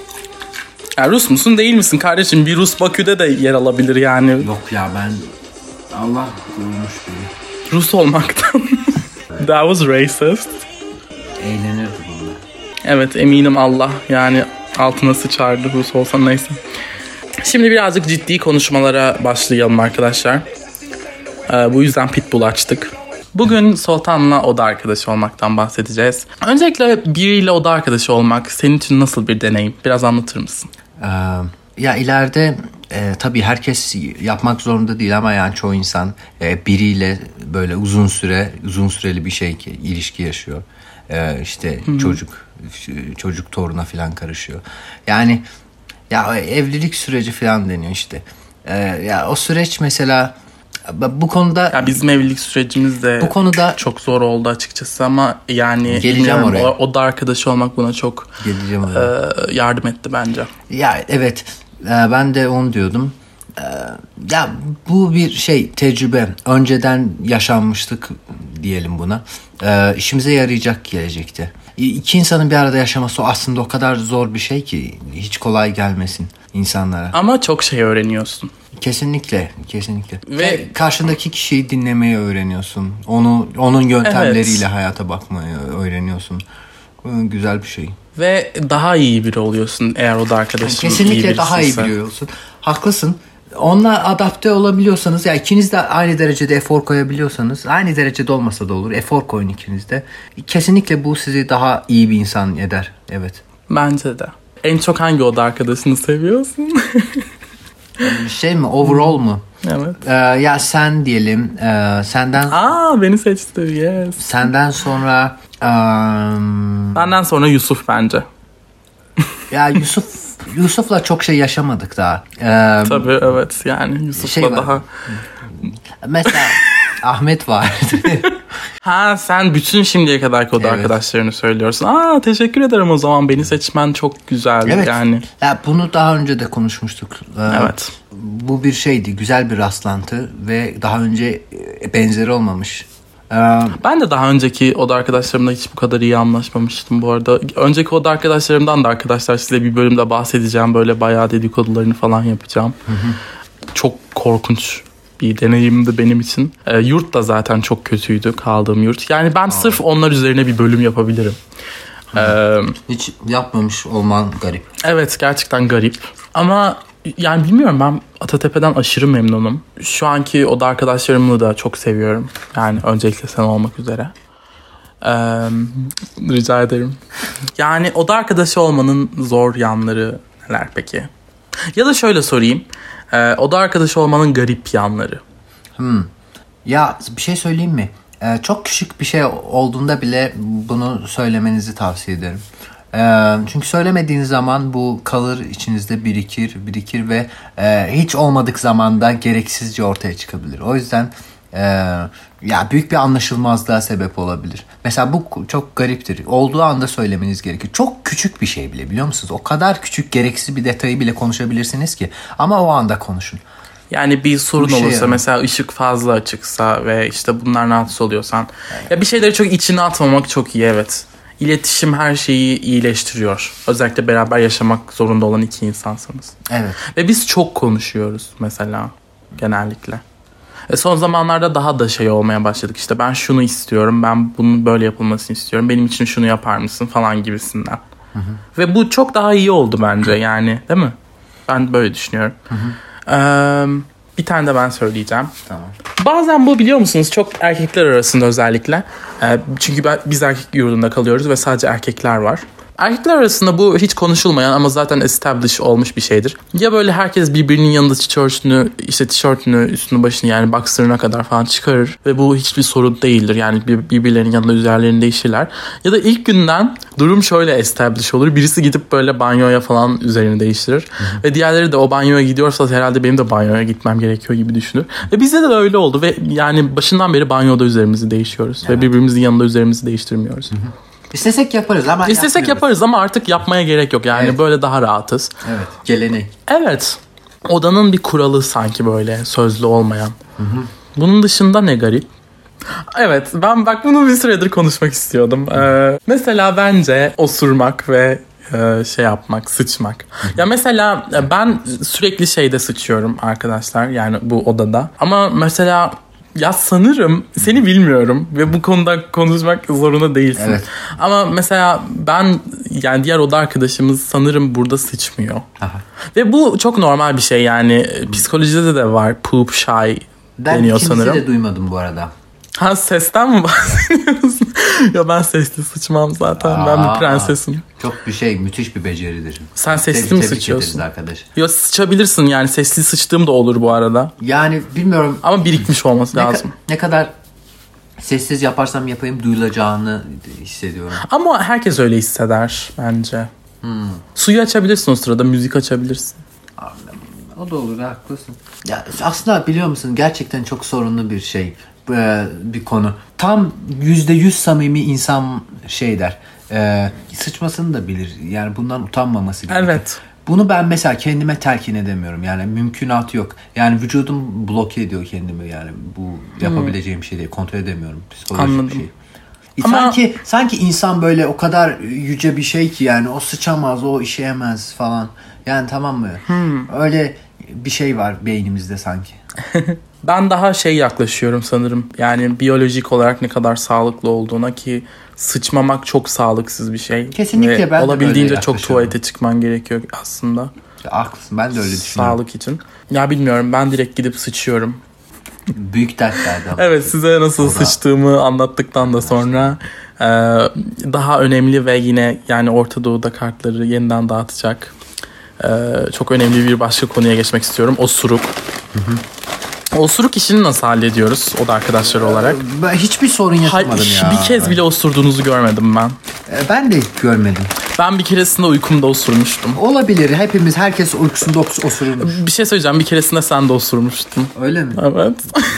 Ya Rus musun değil misin kardeşim? Bir Rus Bakü'de de yer alabilir yani. Yok ya ben Allah koymuş beni. Rus olmaktan. That was racist. Eğlenirdi bunlar. Evet eminim Allah yani altına sıçardı Rus olsan neyse. Şimdi birazcık ciddi konuşmalara başlayalım arkadaşlar. Ee, bu yüzden Pitbull açtık. Bugün Sultan'la oda arkadaşı olmaktan bahsedeceğiz. Öncelikle biriyle oda arkadaşı olmak senin için nasıl bir deneyim? Biraz anlatır mısın? Ee, ya ileride e, tabii herkes yapmak zorunda değil ama yani çoğu insan e, biriyle böyle uzun süre uzun süreli bir şey ki ilişki yaşıyor. E, işte Hı-hı. çocuk çocuk toruna falan karışıyor. Yani ya evlilik süreci falan deniyor işte. E, ya o süreç mesela bu konuda ya bizim evlilik sürecimiz de bu konuda çok zor oldu açıkçası ama yani geleceğim oraya. O, oda arkadaşı olmak buna çok geleceğim e, yardım etti bence. Ya evet e, ben de onu diyordum. E, ya bu bir şey tecrübe. Önceden yaşanmıştık diyelim buna. E, işimize yarayacak gelecekte. İki insanın bir arada yaşaması aslında o kadar zor bir şey ki hiç kolay gelmesin insanlara. Ama çok şey öğreniyorsun. Kesinlikle, kesinlikle. Ve karşındaki kişiyi dinlemeyi öğreniyorsun. Onu onun yöntemleriyle evet. hayata bakmayı öğreniyorsun. Güzel bir şey. Ve daha iyi biri oluyorsun eğer o da arkadaşın kesinlikle iyi birisiyse. Daha iyi biri oluyorsun. Haklısın. Onunla adapte olabiliyorsanız ya ikiniz de aynı derecede efor koyabiliyorsanız aynı derecede olmasa da olur. Efor koyun ikiniz de. Kesinlikle bu sizi daha iyi bir insan eder. Evet. Bence de. En çok hangi oda arkadaşını seviyorsun? Şey mi? Overall mu? Evet. Ee, ya sen diyelim. E, senden. Aa beni seçti. Yes. Senden sonra. Um... Benden sonra Yusuf bence. Ya Yusuf. Yusuf'la çok şey yaşamadık daha. Ee, Tabii evet yani Yusuf'la şey daha. Mesela Ahmet vardı. Ha sen bütün şimdiye kadarki oda evet. arkadaşlarını söylüyorsun. Aa teşekkür ederim o zaman beni seçmen çok güzel evet. yani. Ya bunu daha önce de konuşmuştuk. Ee, evet. Bu bir şeydi, güzel bir rastlantı ve daha önce benzeri olmamış. Ee, ben de daha önceki oda arkadaşlarımla hiç bu kadar iyi anlaşmamıştım bu arada. Önceki oda arkadaşlarımdan da arkadaşlar size bir bölümde bahsedeceğim. Böyle bayağı dedikodularını falan yapacağım. Hı hı. Çok korkunç bir deneyimdi benim için. E, yurt da zaten çok kötüydü kaldığım yurt. Yani ben Aa. sırf onlar üzerine bir bölüm yapabilirim. Ee, Hiç yapmamış olman garip. Evet gerçekten garip. Ama yani bilmiyorum ben Atatepe'den aşırı memnunum. Şu anki oda arkadaşlarımı da çok seviyorum. Yani öncelikle sen olmak üzere. Ee, rica ederim. Yani oda arkadaşı olmanın zor yanları neler peki? Ya da şöyle sorayım. Ee, oda arkadaşı olmanın garip yanları. Hmm. Ya bir şey söyleyeyim mi? Ee, çok küçük bir şey olduğunda bile bunu söylemenizi tavsiye ederim. Ee, çünkü söylemediğiniz zaman bu kalır içinizde birikir, birikir ve e, hiç olmadık zamanda gereksizce ortaya çıkabilir. O yüzden e, ya büyük bir anlaşılmazlığa sebep olabilir. Mesela bu çok gariptir. Olduğu anda söylemeniz gerekir. Çok küçük bir şey bile biliyor musunuz? O kadar küçük gereksiz bir detayı bile konuşabilirsiniz ki. Ama o anda konuşun. Yani bir sorun bir şey olursa yani. Mesela ışık fazla açıksa ve işte bunlar rahatsız oluyorsan. Evet. Ya bir şeyleri çok içine atmamak çok iyi evet. İletişim her şeyi iyileştiriyor. Özellikle beraber yaşamak zorunda olan iki insansınız. Evet. Ve biz çok konuşuyoruz mesela genellikle. E son zamanlarda daha da şey olmaya başladık. İşte ben şunu istiyorum, ben bunun böyle yapılmasını istiyorum. Benim için şunu yapar mısın falan gibisinden. Hı hı. Ve bu çok daha iyi oldu bence yani değil mi? Ben böyle düşünüyorum. Hı hı. Ee, bir tane de ben söyleyeceğim. Tamam. Bazen bu biliyor musunuz çok erkekler arasında özellikle. Ee, çünkü ben, biz erkek yurdunda kalıyoruz ve sadece erkekler var. Erkekler arasında bu hiç konuşulmayan ama zaten establish olmuş bir şeydir. Ya böyle herkes birbirinin yanında tişörtünü, işte tişörtünü, üstünü başını yani boxer'ına kadar falan çıkarır. Ve bu hiçbir sorun değildir. Yani birbirlerinin yanında üzerlerini değişirler. Ya da ilk günden durum şöyle establish olur. Birisi gidip böyle banyoya falan üzerini değiştirir. Hı hı. Ve diğerleri de o banyoya gidiyorsa herhalde benim de banyoya gitmem gerekiyor gibi düşünür. Ve bizde de öyle oldu. Ve yani başından beri banyoda üzerimizi değişiyoruz. Evet. Ve birbirimizin yanında üzerimizi değiştirmiyoruz. Hı hı. İstesek yaparız ama İstesek yaparız ama artık yapmaya gerek yok. Yani evet. Böyle daha rahatız. Evet. Gelenek. Evet. Odanın bir kuralı sanki böyle sözlü olmayan. Hı hı. Bunun dışında ne garip? Evet ben bak bunu bir süredir konuşmak istiyordum. Ee, mesela bence osurmak ve e, şey yapmak, sıçmak. Ya mesela ben sürekli şeyde sıçıyorum arkadaşlar, yani bu odada. Ama mesela ya sanırım seni bilmiyorum ve bu konuda konuşmak zorunda değilsin. Evet. Ama mesela ben, yani diğer oda arkadaşımız sanırım burada sıçmıyor. Aha. Ve bu çok normal bir şey yani. Psikolojide de var. Poop shy Ben deniyor ikinizi sanırım. de duymadım bu arada. Ha, sesten mi bahsediyorsun? Ya ben sesli sıçmam zaten. Aa, ben bir prensesim. Çok bir şey, müthiş bir beceridir. Sen sesli Tebrik mi ederiz sıçıyorsun? arkadaş. Ya sıçabilirsin yani, sesli sıçtığım da olur bu arada. Yani bilmiyorum. Ama birikmiş olması ne, lazım. ka- ne kadar sessiz yaparsam yapayım duyulacağını hissediyorum. Ama herkes öyle hisseder bence. Hmm. Suyu açabilirsin o sırada, müzik açabilirsin. O da olur, haklısın. Ya aslında biliyor musun, gerçekten çok sorunlu bir şey, bir konu. Tam yüzde yüz samimi insan şey der. E, sıçmasını da bilir. Yani bundan utanmaması gerekiyor. Evet. Bunu ben mesela kendime telkin edemiyorum. Yani mümkünatı yok. Yani vücudum bloke ediyor kendimi. Yani bu yapabileceğim bir şey değil. Kontrol edemiyorum. Psikolojik Anladım. bir şey. Ama... Sanki sanki insan böyle o kadar yüce bir şey ki, yani o sıçamaz, o işeyemez falan. Yani tamam mı? Hmm. Öyle bir şey var beynimizde sanki. Ben daha şey yaklaşıyorum sanırım. Yani biyolojik olarak ne kadar sağlıklı olduğuna, ki sıçmamak çok sağlıksız bir şey. Kesinlikle. Ve ben de olabildiğince böyle çok tuvalete çıkman gerekiyor aslında. Ya, haklısın, ben de öyle düşünüyorum. Sağlık için. Ya bilmiyorum, ben direkt gidip sıçıyorum. Büyük dertlerde. Evet, size nasıl sıçtığımı anlattıktan da sonra e, daha önemli ve yine yani Orta Doğu'da kartları yeniden dağıtacak e, çok önemli bir başka konuya geçmek istiyorum. Osuruk. Hı hı. Osuruk işini nasıl hallediyoruz o da arkadaşlar olarak? Ben hiçbir sorun yaşamadım Hayır, ya. Bir kez bile osurduğunuzu görmedim ben. Ben de görmedim. Ben bir keresinde uykumda osurmuştum. Olabilir. Hepimiz, herkes uykusunda osurmuş. Bir şey söyleyeceğim. Bir keresinde sen de osurmuştun. Öyle mi? Evet.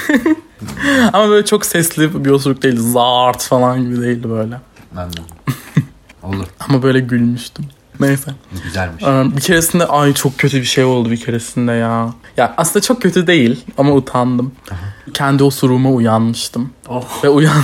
Ama böyle çok sesli bir osuruk değildi. Zart falan gibi değildi böyle. Anladım. Olur. Ama böyle gülmüştüm. Neyse. Güzelmiş. Bir keresinde ay çok kötü bir şey oldu bir keresinde ya. Ya aslında çok kötü değil ama utandım. Aha. Kendi osuruğuma uyanmıştım. Oh. Ve uyandım.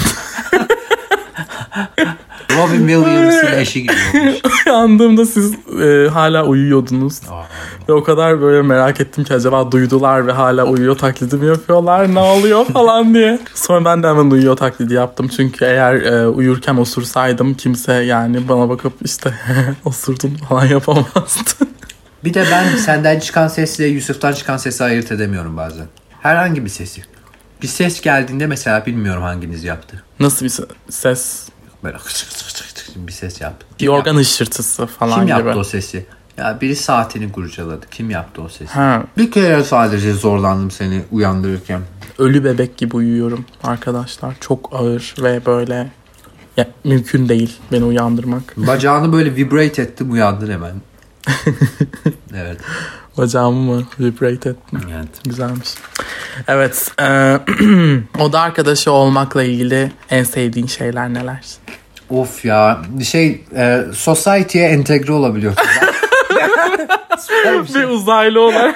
Robin Williams'ın eşi gibi olmuş. Uyandığımda siz e, hala uyuyordunuz. Oh. Ve o kadar böyle merak ettim ki acaba duydular ve hala uyuyor taklidi mi yapıyorlar, ne oluyor falan diye. Sonra ben de hemen uyuyor taklidi yaptım. Çünkü eğer e, uyurken osursaydım kimse yani bana bakıp işte osurdun falan yapamazdı. Bir de ben senden çıkan sesle Yusuf'tan çıkan sesi ayırt edemiyorum bazen. Herhangi bir sesi. Bir ses geldiğinde mesela bilmiyorum hanginiz yaptı. Nasıl bir ses? Böyle bir ses yaptı. Bir organ hışırtısı falan Kim gibi. yaptı o sesi? Ya biri saatini kurcaladı. Kim yaptı o sesi? Ha. Bir kere sadece zorlandım seni uyandırırken. Ölü bebek gibi uyuyorum arkadaşlar. Çok ağır ve böyle ya, mümkün değil beni uyandırmak. Bacağını böyle vibrate ettim, uyandır hemen. Evet. Bacağımı mı vibrate ettim? Evet. Güzelmiş. Evet. E, oda arkadaşı olmakla ilgili en sevdiğin şeyler neler? Of ya. Şey, e, society'ye entegre olabiliyorsun. bir, şey. bir uzaylı olarak.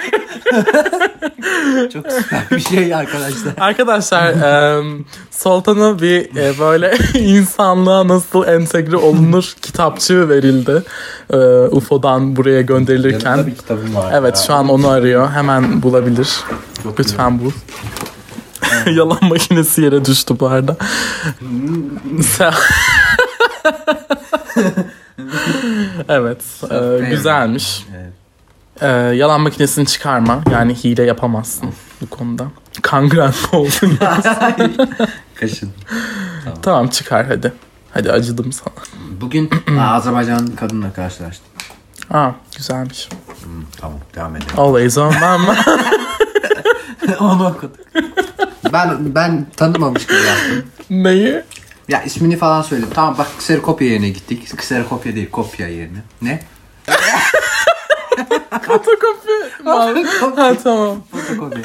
Çok süper bir şey arkadaşlar. Arkadaşlar e, Sultan'a bir e, böyle insanlığa nasıl entegre olunur kitapçığı verildi. E, U F O'dan buraya gönderilirken. Yanında bir kitabım var. Evet ya. Şu an onu arıyor. Hemen bulabilir. Çok lütfen bul. Yalan makinesi yere düştü bu arada. Evet. E, güzelmiş. Evet. E, yalan makinesini çıkarma. Yani hile yapamazsın bu konuda. Kangren oldun. Kaşın. Tamam. Tamam çıkar hadi. Hadi acıdım sana. Bugün Azerbaycanlı kadınla karşılaştım. Aa güzelmiş. Hmm, tamam devam edelim. Always on my mind. Onu okuduk. Ben ben tanımamış gibi yaptım. Neyi? Ya ismini falan söyledim. Tamam bak, kserokopya yerine gittik. Kserokopya değil, kopya yerine. Ne? Fotokopi. Ha tamam. Fotokopi.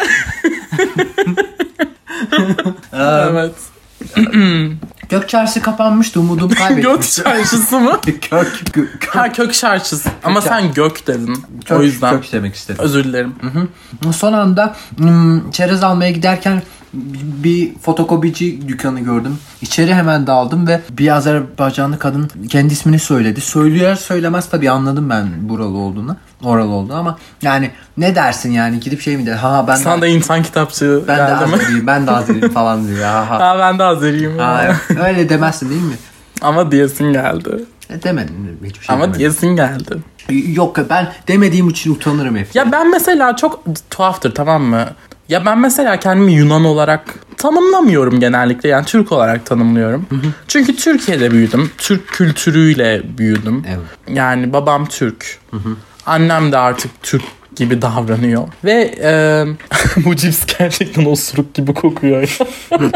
Evet. Gök çarşı kapanmıştı, umudumu kaybetmiştim. Gök çarşısı mı? kök, kök. Ha kök çarşısı. Ama çar- sen gök dedin. Kök, o yüzden. Kök demek istedim. Özür dilerim. Hı hı. Son anda ım, çerez almaya giderken bir fotokopici dükkanı gördüm. İçeri hemen daldım ve bir Azerbaycanlı kadın kendi ismini söyledi. Söylüyor söylemez tabii anladım ben buralı olduğunu. Oralı olduğunu ama yani ne dersin yani gidip şey mi der? Ha ben Sen de, de insan kitapçı ben de geldi mi? Azeriyim, ben de Azeriyim falan diyor. Ha, ha. Ha ben de Azeriyim. Ha, öyle demezsin değil mi? Ama diyesin geldi. E, demedim hiçbir şey Ama demedim. diyesin geldi. Yok ben demediğim için utanırım hep. Ya ben mesela çok tuhaftır, tamam mı? Ya ben mesela kendimi Yunan olarak tanımlamıyorum genellikle. Yani Türk olarak tanımlıyorum. Hı hı. Çünkü Türkiye'de büyüdüm. Türk kültürüyle büyüdüm. Evet. Yani babam Türk. Hı hı. Annem de artık Türk gibi davranıyor. Ve e, bu cips gerçekten osuruk gibi kokuyor ya.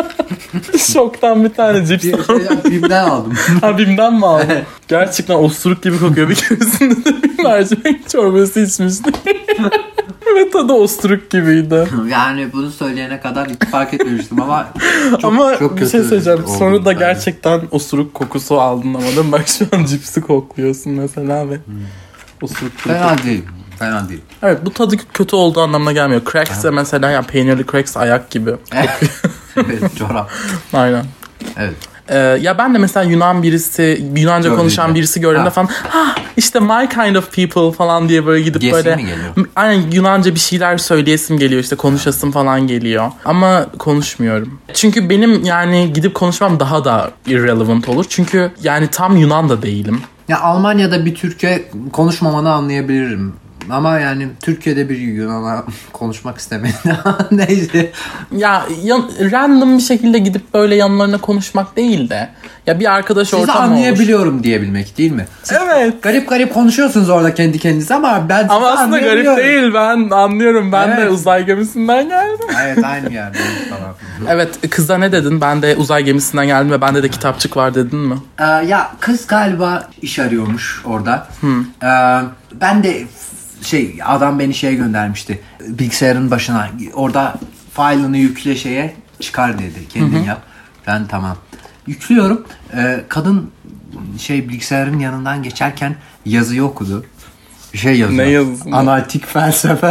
Şoktan bir tane cips aldım. Bim'den aldım. Ha Bim'den mi aldın? Gerçekten osuruk gibi kokuyor. Bir keresinde de bir mercimek çorbası içmiştim. Ve tadı osuruk gibiydi. Yani bunu söyleyene kadar hiç fark etmemiştim ama çok, ama çok bir şey söyleyeceğim. Sonra da yani. Gerçekten osuruk kokusu aldın ama değil mi? Bak şu an cipsi kokluyorsun mesela ve hmm. osuruk gibi Fena değil. Fena değil. Evet, bu tadı kötü olduğu anlamına gelmiyor. Cracks de mesela yani peynirli Cracks ayak gibi. Evet, çorap. Aynen. Evet. Ee, ya ben de mesela Yunan birisi, Yunanca Gördüğünde. konuşan birisi gördüğümde falan ha işte my kind of people falan diye böyle gidip Diyesin böyle mi geliyor? aynen Yunanca bir şeyler söyleyesim geliyor, işte konuşasım falan geliyor. Ama konuşmuyorum. Çünkü benim yani gidip konuşmam daha da irrelevant olur. Çünkü yani tam Yunan da değilim. Ya Almanya'da bir Türkçe konuşmamanı anlayabilirim. Ama yani Türkiye'de bir Yunan'a konuşmak istemedim. Neyse. Ya, ya random bir şekilde gidip böyle yanlarına konuşmak değil de ya bir arkadaş Sizi ortamı olur. Sizi anlayabiliyorum diyebilmek değil mi? Siz evet. Garip garip konuşuyorsunuz orada kendi kendinize ama ben ama aslında garip değil, ben anlıyorum. Ben evet. de uzay gemisinden geldim. Evet aynı yerde. Evet, kıza ne dedin? Ben de uzay gemisinden geldim ve bende de kitapçık var dedin mi? Ee, ya kız galiba iş arıyormuş orada. Hmm. Ee, ben de şey adam beni şeye göndermişti. Bilgisayarın başına orada file'ını yükle şeye çıkar dedi. Kendin yap. Ben tamam. Yüklüyorum. Ee, kadın şey bilgisayarın yanından geçerken yazıyı okudu. Bir şey yazıyor. Ne yazısı? Analitik felsefe.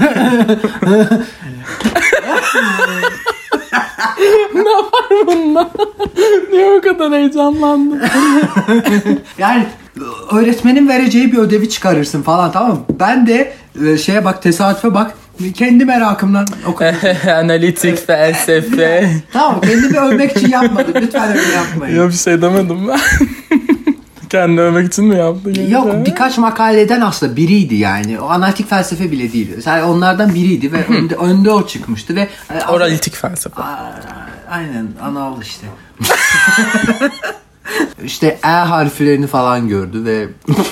Ne var bunda? Niye o kadar heyecanlandın? Yani öğretmenin vereceği bir ödevi çıkarırsın falan, tamam mı? Ben de şeye bak, tesadüfe bak. Kendi merakımdan okudum. Analitik felsefe. Tamam, kendimi övmek için yapmadım. Lütfen öyle yapmayın. Ya bir şey demedim ben. Kendini övmek için mi yaptın? Yok ya? Birkaç makaleden aslında biriydi yani. O analitik felsefe bile değil. Yani onlardan biriydi ve önde, önde o çıkmıştı ve oralitik felsefe. Aynen, anal işte. İşte E harflerini falan gördü ve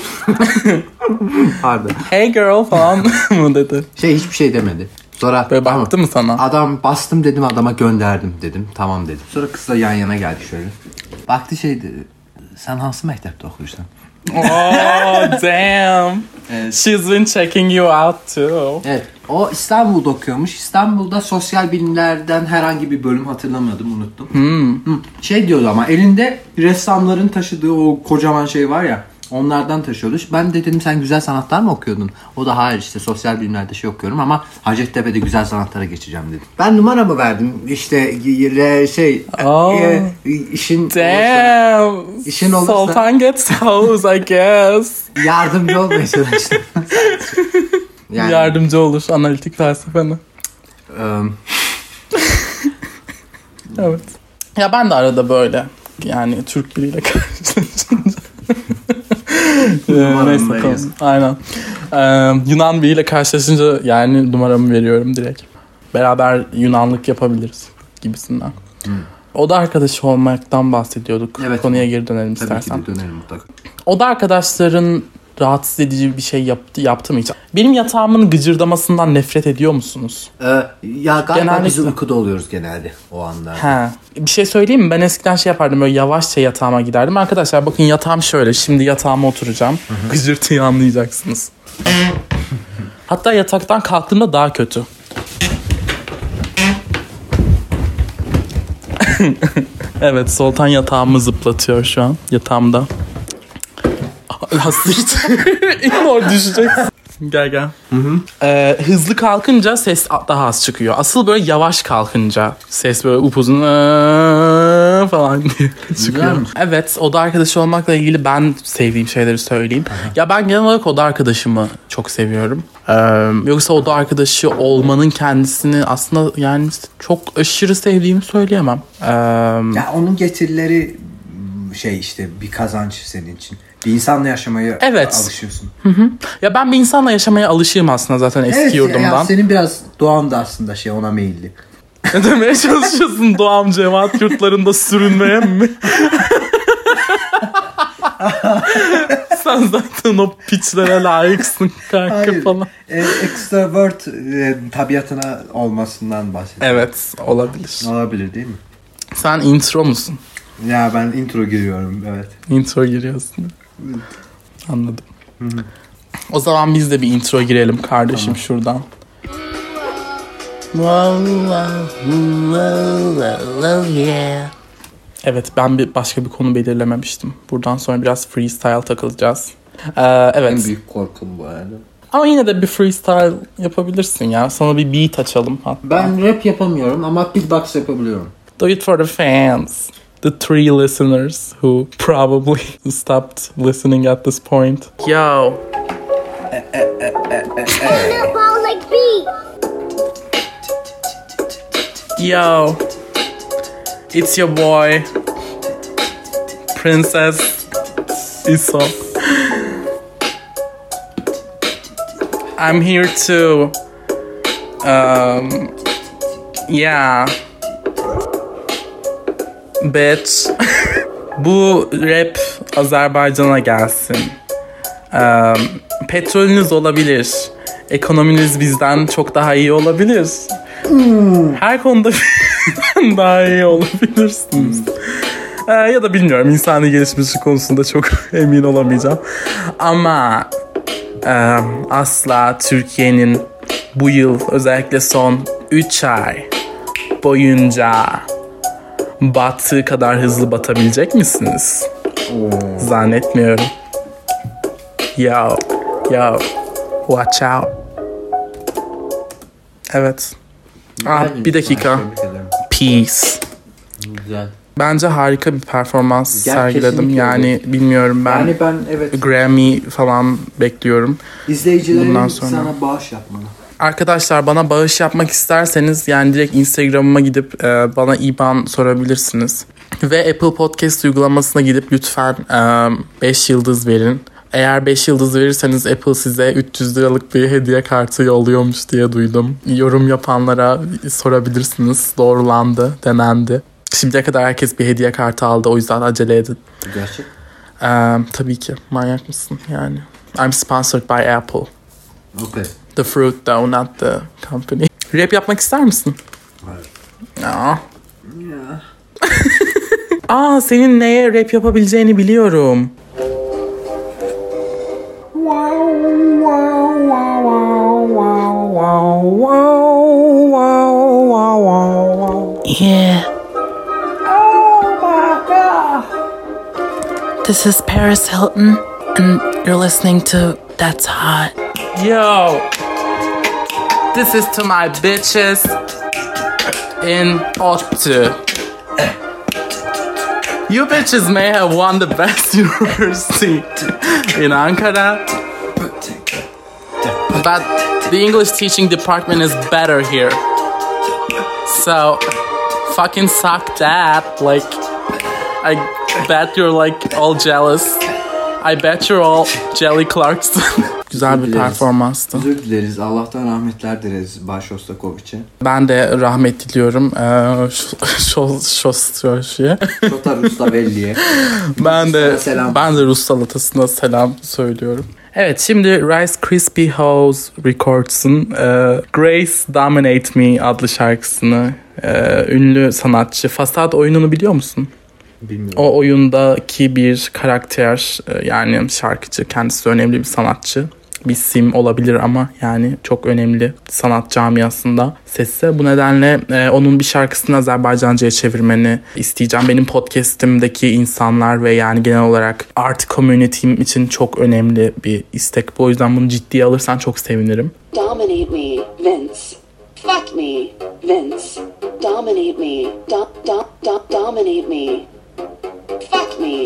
pardon. Hey girl falan mı dedi? Şey hiçbir şey demedi. Sonra böyle baktı mı sana? Adam bastım dedim, adama gönderdim dedim. Tamam dedim. Sonra kızla yan yana geldik şöyle. Baktı şey dedi. Sen hansı mektepte okuyorsun? Oh damn. Evet. She's been checking you out too. Evet. O İstanbul'da okuyormuş. İstanbul'da sosyal bilimlerden herhangi bir bölüm hatırlamadım, unuttum. Hmm. Şey diyordu ama elinde ressamların taşıdığı o kocaman şey var ya, onlardan taşıyordu. Ben de dedim sen güzel sanatlar mı okuyordun? O da hayır işte sosyal bilimlerde şey okuyorum ama Hacettepe'de güzel sanatlara geçeceğim dedi. Ben numaramı verdim. İşte şey oh. e, işin damn. Olursa, işin olursa Sultan gets hoes I guess. Yardımcı olmaya çalıştım. Yani, yardımcı olur analitik felsefene. Um. Evet. Ya ben de arada böyle yani Türk biriyle karşılaşınca neyse konuşalım. Aynen. Ee, Yunan biriyle karşılaşınca yani numaramı veriyorum direkt. Beraber Yunanlık yapabiliriz gibisinden. Hmm. Oda arkadaşı olmaktan bahsediyorduk. Evet. Konuya geri dönelim tabii istersen. Tabii ki de dönelim mutlaka. Oda arkadaşların rahatsız edici bir şey yaptı, yaptı mı hiç? Benim yatağımın gıcırdamasından nefret ediyor musunuz? Ee, ya galiba genellikle biz uykuda oluyoruz genelde o anda. He. Bir şey söyleyeyim mi? Ben eskiden şey yapardım, böyle yavaşça yatağıma giderdim. Arkadaşlar bakın yatağım şöyle. Şimdi yatağıma oturacağım. Hı-hı. Gıcırtıyı anlayacaksınız. Hatta yataktan kalktığımda daha kötü. Evet, Sultan yatağımı zıplatıyor şu an. Yatağımda. Lastik. İlk or düşecek. Gel gel. Hı hı. Ee, hızlı kalkınca ses daha az çıkıyor. Asıl böyle yavaş kalkınca ses böyle upuzun "Aa" falan diye çıkıyor. Evet, oda arkadaşı olmakla ilgili ben sevdiğim şeyleri söyleyeyim. Aha. Ya ben genel olarak oda arkadaşımı çok seviyorum. Ee, yoksa oda arkadaşı olmanın kendisini aslında yani çok aşırı sevdiğimi söyleyemem. Ee, ya onun getirileri şey işte bir kazanç senin için. Bir insanla yaşamaya evet. alışıyorsun. Hı hı. Ya ben bir insanla yaşamaya alışığım aslında zaten eski evet, yurdumdan. Evet, senin biraz doğan da aslında şey ona meyilli. Ne demeye çalışıyorsun, doğam cemaat yurtlarında sürünmeye mi? Sen zaten o piçlere layıksın kanka. Hayır, falan. E, extrovert e, tabiatına olmasından bahsediyorum. Evet, olabilir. Olabilir değil mi? Sen intro musun? Ya ben intro giriyorum, evet. Intro giriyorsun. Anladım. Hı-hı. O zaman biz de bir intro girelim kardeşim tamam. Şuradan. Evet, ben bir başka bir konu belirlememiştim. Buradan sonra biraz freestyle takılacağız. Ee, evet. En büyük korkum bu arada. Ama yine de bir freestyle yapabilirsin ya. Sana bir beat açalım hatta. Ben rap yapamıyorum ama beatbox yapabiliyorum. Do it for the fans. The three listeners who probably stopped listening at this point. Yo. Yo. It's your boy. Princess Iso. I'm here to um yeah. Bitch. Bu rap Azerbaycan'a gelsin. Um, petrolünüz olabilir. Ekonominiz bizden çok daha iyi olabilir. Hmm. Her konuda daha iyi olabilirsiniz. Ee, ya da bilmiyorum, insani gelişmişi konusunda çok emin olamayacağım. Ama e, asla Türkiye'nin bu yıl özellikle son üç ay boyunca battığı kadar hızlı batabilecek misiniz? Oh. Zannetmiyorum. Yo, yo, watch out. Evet. Ah, bir dakika. Peace. Güzel. Bence harika bir performans Gel, sergiledim. Yani öyle. Bilmiyorum ben. Yani ben evet. Grammy falan bekliyorum. İzleyicilerin sonra... sana bağış yapmalı. Arkadaşlar, bana bağış yapmak isterseniz yani direkt Instagram'ıma gidip e, bana I B A N sorabilirsiniz. Ve Apple Podcast uygulamasına gidip lütfen beş yıldız verin. Eğer beş yıldız verirseniz Apple size üç yüz liralık bir hediye kartı yolluyormuş diye duydum. Yorum yapanlara sorabilirsiniz. Doğrulandı, denendi. Şimdiye kadar herkes bir hediye kartı aldı. O yüzden acele edin. Gerçek? Ee, tabii ki. Manyak mısın yani? I'm sponsored by Apple. Okay. The fruit though, not the company. Rap yapmak ister misin? Hayır. Aa. Ya. Aa, senin neye rap yapabileceğini biliyorum. Yeah. Oh my God. This is Paris Hilton, and you're listening to That's Hot. Yo. This is to my bitches in ODTÜ. You bitches may have won the best university in Ankara, but the English teaching department is better here. So, fucking suck that. Like, I bet you're like all jealous. I bet you're all Jelly Clarkson. Güzel bir performanstı. Özür dileriz. Allah'tan rahmetler dileriz Başostakoviç'e. Ben de rahmet diliyorum. Şostakoviç'e. Şota Rustavelli'ye. Ben de ben de Rus salatasına selam söylüyorum. Evet, şimdi Rice Krispies House Records'ın e, Grace Dominate Me adlı şarkısını e, ünlü sanatçı Fasad oyununu biliyor musun? Bilmiyorum. O oyundaki bir karakter, e, yani şarkıcı, kendisi önemli bir sanatçı. bir isim olabilir ama yani çok önemli sanat camiasında sesi. Bu nedenle e, onun bir şarkısını Azerbaycanca'ya çevirmeni isteyeceğim. Benim podcast'imdeki insanlar ve yani genel olarak art community'm için çok önemli bir istek. Bu yüzden bunu ciddiye alırsan çok sevinirim. Dominate me, Vince. Fuck me, Vince. Dominate me. Do, do, do, dominate me. Fuck me.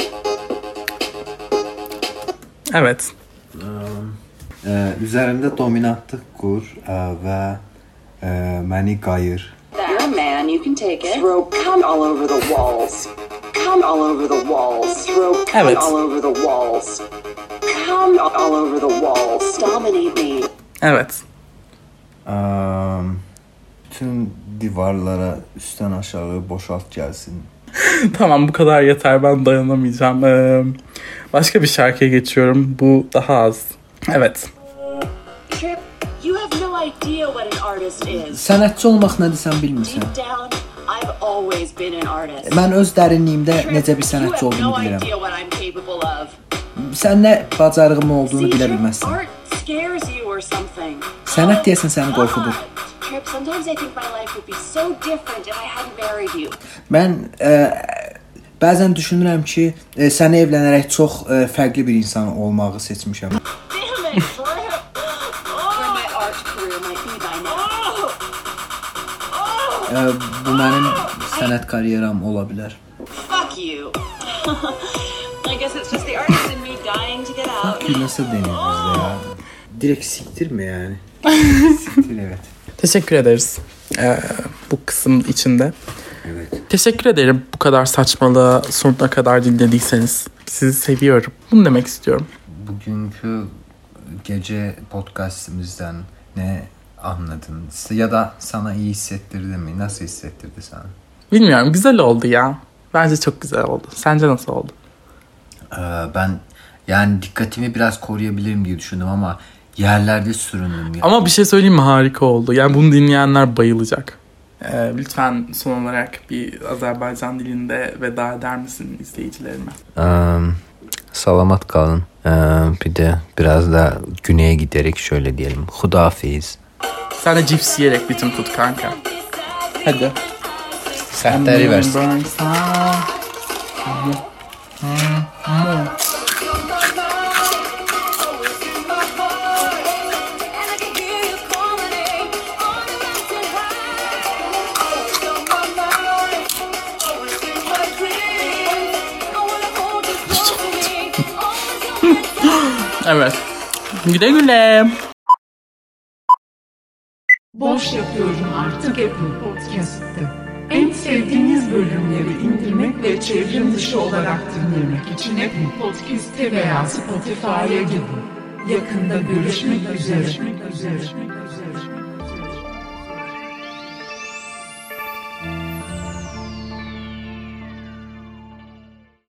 Evet. Ee, üzərimdə dominantlıq qur ə, və ə, məni qayır. You're a man, you can take it. Throw cum all over the walls. Cum all over the walls. Throw cum Evet. all over the walls. Cum all over the walls. Dominate me. Evet. Ə, bütün divarlara üstdən aşağı boşalt gəlsin. Tamam, bu kadar yeter, ben dayanamayacağım. Ee, başka bir şarkıya geçiyorum. Bu daha az. Evet. Trip, you have no idea what an artist is. Sənətçi olmaq nədir sən bilmirsən. Deep down, I've always been an artist. Mən öz dərinliyimdə Trip, necə bir you sənətçi have olduğumu no bilirəm. idea what I'm capable of. Sən nə bacarığım olduğunu See, bilə Trip, bilməzsən. art scares you or something. Sənət deyəsən səni qorxudur. Trip, sometimes I think my life would be so different if I hadn't married you. Mən ə, bəzən düşünürəm ki, ə, səni evlənərək çox ə, fərqli bir insan olmağı seçmişəm. Damn it, Trip. Where my art career might be by now. Ə, bu mənim sənət karyeram ola bilər. Fuck you. I guess it's just the artist in me dying to get out. Ki nasıl denir bizdə ya? Direkt siktirme yani. Siktir evet. Teşekkür ederiz ee, bu kısım içinde. Evet. Teşekkür ederim bu kadar saçmalığı sonuna kadar dinlediyseniz. Sizi seviyorum. Bunu demek istiyorum. Bugünkü gece podcastimizden ne anladın? Ya da sana iyi hissettirdi mi? Nasıl hissettirdi sana? Bilmiyorum, güzel oldu ya. Bence çok güzel oldu. Sence nasıl oldu? Ee, ben yani dikkatimi biraz koruyabilirim diye düşündüm ama yerlerde süründüm. Yani. Ama bir şey söyleyeyim mi? Harika oldu. Yani bunu dinleyenler bayılacak. Ee, lütfen son olarak bir Azerbaycan dilinde veda eder misin izleyicilerime? Um, salamat kalın. Um, bir de biraz da güneye giderek şöyle diyelim. Hudafiz. Sen de cips yiyerek bitim tut kanka. Hadi. Sertleri versin. Evet. Güle güle. Boş yapıyorum artık Apple Podcast'te. En sevdiğiniz bölümleri indirmek ve çevrim dışı olarak dinlemek için Apple Podcast'te veya Spotify'a gidin. Yakında görüşmek üzere. Görüşmek üzere.